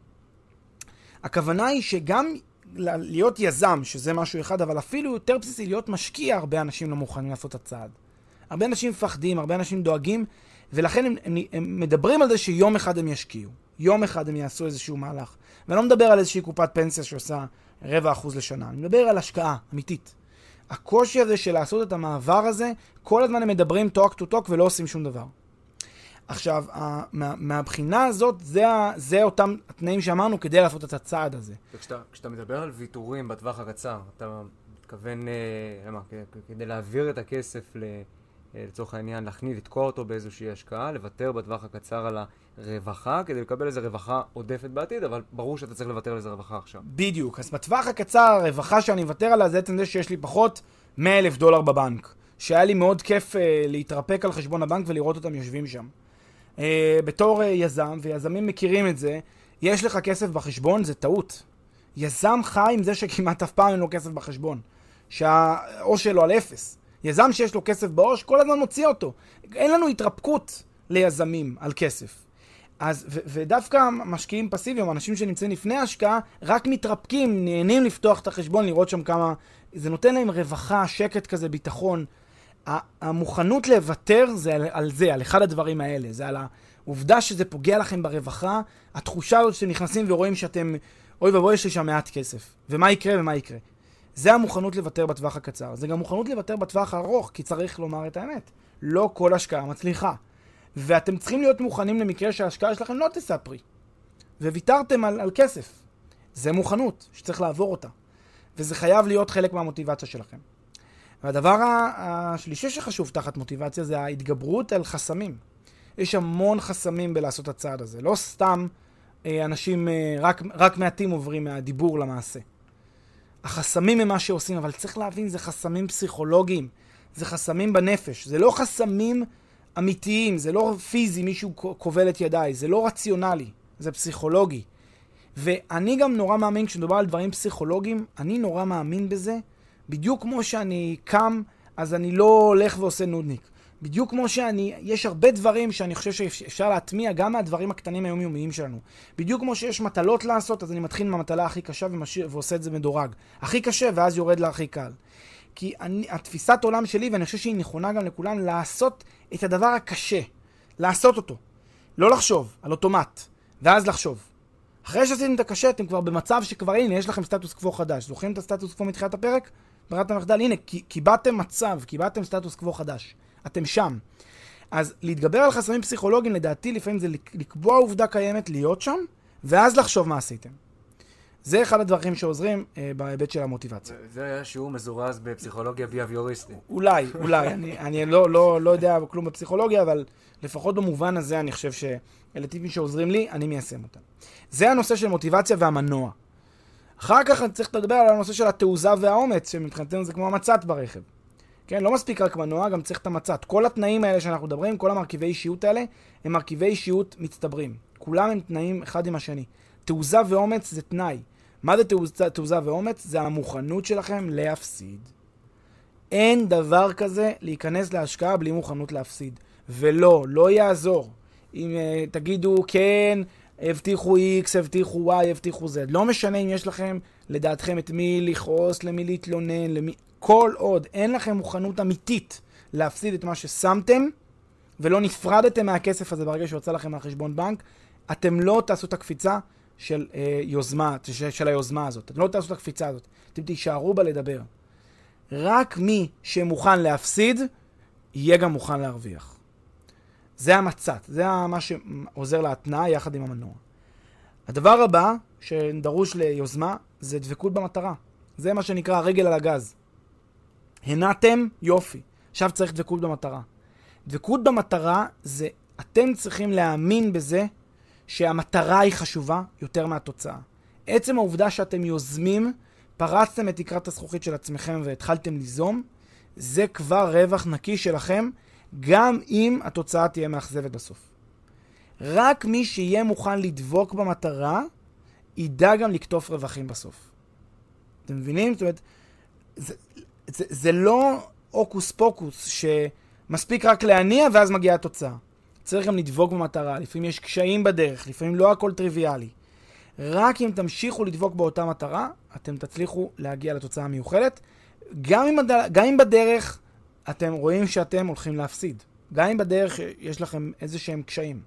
הכוונה היא שגם להיות יזם, שזה משהו אחד, אבל אפילו יותר בסיסי להיות משקיע, הרבה אנשים לא מוכנים לעשות את הצעד. הרבה אנשים מפחדים, הרבה אנשים דואגים, ולכן הם, הם, הם מדברים על זה שיום אחד הם ישקיעו. יום אחד הם יעשו איזשהו מהלך. ואני לא מדבר על איזושהי קופת פנסיה שעושה רבע אחוז לשנה. אני מדבר על השקעה אמיתית. הקושי הזה של לעשות את המעבר הזה, כל הזמן הם מדברים talk to talk ולא עושים שום דבר. עכשיו, מה, מהבחינה הזאת, זה, זה אותם התנאים שאמרנו כדי לעשות את הצעד הזה. וכשאתה, כשאתה מדבר על ויתורים בטווח הקצר, אתה מתכוון, למה, כדי להעביר את הכסף לצורך העניין, להכניס, לתקוע אותו באיזושהי השקעה, לוותר בטווח הקצר על הרווחה, כדי לקבל איזו רווחה עודפת בעתיד, אבל ברור שאתה צריך לוותר על איזו רווחה עכשיו. בדיוק. אז בטווח הקצר, הרווחה שאני אוותר עליה, זה עצם זה שיש לי פחות מאה אלף דולר בבנק. שהיה לי מאוד כיף uh, להתרפק על חשבון הבנק ולראות אותם יושבים שם. Uh, בתור uh, יזם, ויזמים מכירים את זה, יש לך כסף בחשבון, זה טעות. יזם חי עם זה שכמעט אף פעם אין לו כסף בחשבון. שהעו"ש שלו על אפס. יזם שיש לו כסף בעו"ש, כל הזמן מוציא אותו. אין לנו התרפקות ליזמים על כסף. אז, ו- ודווקא משקיעים פסיביים, אנשים שנמצאים לפני ההשקעה, רק מתרפקים, נהנים לפתוח את החשבון, לראות שם כמה, זה נותן להם רווחה, שקט כזה, ביטחון. המוכנות לוותר זה על, על זה, על אחד הדברים האלה, זה על העובדה שזה פוגע לכם ברווחה, התחושה הזאת שאתם נכנסים ורואים שאתם, אוי ובואי, יש לי שם מעט כסף, ומה יקרה ומה יקרה. זה המוכנות לוותר בטווח הקצר, זה גם מוכנות לוותר בטווח הארוך, כי צריך לומר את האמת, לא כל השקעה מצליחה. ואתם צריכים להיות מוכנים למקרה שההשקעה שלכם לא תספרי. וויתרתם על, על כסף. זה מוכנות שצריך לעבור אותה. וזה חייב להיות חלק מהמוטיבציה שלכם. והדבר השלישי שחשוב תחת מוטיבציה זה ההתגברות על חסמים. יש המון חסמים בלעשות הצעד הזה. לא סתם אנשים, רק, רק מעטים עוברים מהדיבור למעשה. החסמים הם מה שעושים, אבל צריך להבין, זה חסמים פסיכולוגיים. זה חסמים בנפש. זה לא חסמים אמיתיים, זה לא פיזי, מישהו כובל את ידיי, זה לא רציונלי, זה פסיכולוגי. ואני גם נורא מאמין, כשמדובר על דברים פסיכולוגיים, אני נורא מאמין בזה, בדיוק כמו שאני קם, אז אני לא הולך ועושה נודניק. בדיוק כמו שאני, יש הרבה דברים שאני חושב שאפשר להטמיע, גם מהדברים הקטנים היומיומיים שלנו. בדיוק כמו שיש מטלות לעשות, אז אני מתחיל מהמטלה הכי קשה ומשאיר, ועושה את זה מדורג. הכי קשה, ואז יורד להכי קל. כי אני, התפיסת עולם שלי, ואני חושב שהיא נכונה גם לכולם, לעשות את הדבר הקשה. לעשות אותו. לא לחשוב, על אוטומט. ואז לחשוב. אחרי שעשיתם את הקשה, אתם כבר במצב שכבר, הנה, יש לכם סטטוס קוו חדש. זוכרים את הסטטוס קוו מתחילת הפרק? ברירת המחדל, הנה, קיבלתם מצב, קיבלתם סטטוס קוו חדש. אתם שם. אז להתגבר על חסמים פסיכולוגיים, לדעתי, לפעמים זה לקבוע עובדה קיימת, להיות שם, ואז לחשוב מה עשיתם. זה אחד הדברים שעוזרים אה, בהיבט של המוטיבציה. זה היה שיעור מזורז בפסיכולוגיה ביהביוריסטית. אולי, אולי. אני, אני לא, לא, לא יודע כלום בפסיכולוגיה, אבל לפחות במובן הזה אני חושב שאלה טיפים שעוזרים לי, אני מיישם אותם. זה הנושא של מוטיבציה והמנוע. אחר כך צריך לדבר על הנושא של התעוזה והאומץ, שמבחינתנו זה כמו המצאת ברכב. כן, לא מספיק רק מנוע, גם צריך את המצאת. כל התנאים האלה שאנחנו מדברים, כל המרכיבי אישיות האלה, הם מרכיבי אישיות מצטברים. כולם הם תנאים אחד עם השני. תעוזה ואומץ זה תנאי. מה זה תעוזה, תעוזה ואומץ? זה המוכנות שלכם להפסיד. אין דבר כזה להיכנס להשקעה בלי מוכנות להפסיד. ולא, לא יעזור. אם uh, תגידו, כן, הבטיחו X, הבטיחו Y, הבטיחו Z. לא משנה אם יש לכם, לדעתכם, את מי לכעוס, למי להתלונן, למי... כל עוד אין לכם מוכנות אמיתית להפסיד את מה ששמתם, ולא נפרדתם מהכסף הזה ברגע שיוצא לכם מהחשבון בנק, אתם לא תעשו את הקפיצה של, אה, יוזמה, של, של היוזמה הזאת. אתם לא תעשו את הקפיצה הזאת. אתם תישארו בה לדבר. רק מי שמוכן להפסיד, יהיה גם מוכן להרוויח. זה המצאת. זה מה שעוזר להתנאה יחד עם המנוע. הדבר הבא שדרוש ליוזמה, זה דבקות במטרה. זה מה שנקרא הרגל על הגז. הנעתם, יופי. עכשיו צריך דבקות במטרה. דבקות במטרה זה, אתם צריכים להאמין בזה שהמטרה היא חשובה יותר מהתוצאה. עצם העובדה שאתם יוזמים, פרצתם את תקרת הזכוכית של עצמכם והתחלתם ליזום, זה כבר רווח נקי שלכם, גם אם התוצאה תהיה מאכזבת בסוף. רק מי שיהיה מוכן לדבוק במטרה, ידע גם לקטוף רווחים בסוף. אתם מבינים? זאת אומרת, זה, זה, זה לא אוקוס פוקוס שמספיק רק להניע ואז מגיעה התוצאה. צריך גם לדבוק במטרה. לפעמים יש קשיים בדרך, לפעמים לא הכל טריוויאלי. רק אם תמשיכו לדבוק באותה מטרה, אתם תצליחו להגיע לתוצאה המיוחדת. גם אם, הד... גם אם בדרך אתם רואים שאתם הולכים להפסיד. גם אם בדרך יש לכם איזה שהם קשיים.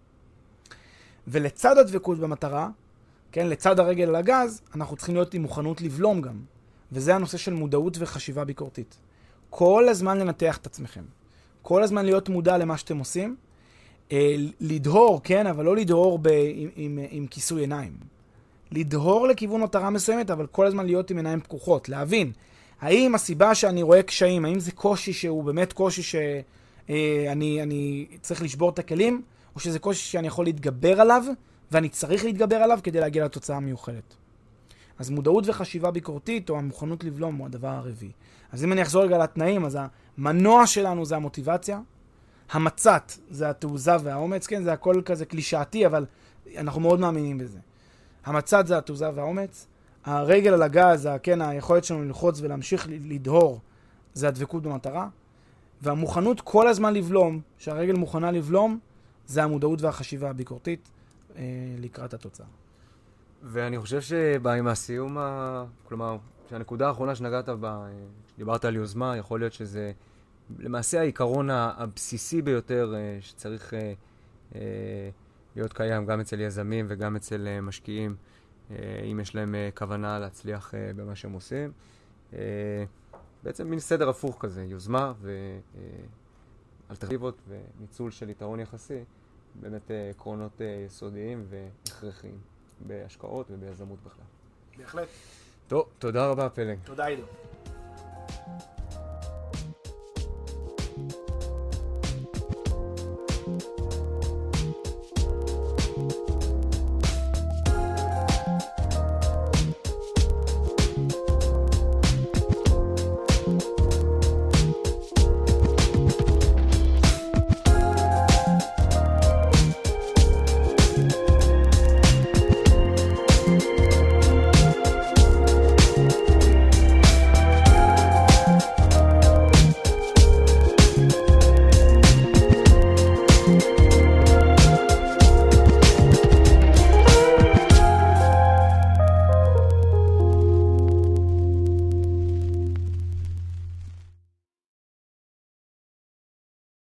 ולצד הדבקות במטרה, כן, לצד הרגל על הגז, אנחנו צריכים להיות עם מוכנות לבלום גם. וזה הנושא של מודעות וחשיבה ביקורתית. כל הזמן לנתח את עצמכם. כל הזמן להיות מודע למה שאתם עושים. אה, לדהור, כן, אבל לא לדהור ב- עם, עם, עם כיסוי עיניים. לדהור לכיוון מטרה מסוימת, אבל כל הזמן להיות עם עיניים פקוחות. להבין, האם הסיבה שאני רואה קשיים, האם זה קושי שהוא באמת קושי שאני אני צריך לשבור את הכלים, או שזה קושי שאני יכול להתגבר עליו, ואני צריך להתגבר עליו כדי להגיע לתוצאה המיוחדת. אז מודעות וחשיבה ביקורתית, או המוכנות לבלום, הוא הדבר הרביעי. אז אם אני אחזור רגע לתנאים, אז המנוע שלנו זה המוטיבציה, המצאת זה התעוזה והאומץ, כן, זה הכל כזה קלישאתי, אבל אנחנו מאוד מאמינים בזה. המצאת זה התעוזה והאומץ, הרגל על הגז, כן, היכולת שלנו ללחוץ ולהמשיך לדהור, זה הדבקות במטרה, והמוכנות כל הזמן לבלום, שהרגל מוכנה לבלום, זה המודעות והחשיבה הביקורתית אה, לקראת התוצאה. ואני חושב שבא עם הסיום, ה... כלומר, שהנקודה האחרונה שנגעת בה, דיברת על יוזמה, יכול להיות שזה למעשה העיקרון הבסיסי ביותר שצריך להיות קיים גם אצל יזמים וגם אצל משקיעים, אם יש להם כוונה להצליח במה שהם עושים. בעצם מין סדר הפוך כזה, יוזמה ואלטרנטיבות וניצול של יתרון יחסי, באמת עקרונות יסודיים והכרחיים בהשקעות וביזמות בכלל. בהחלט. טוב, תודה רבה פלג. תודה עידו.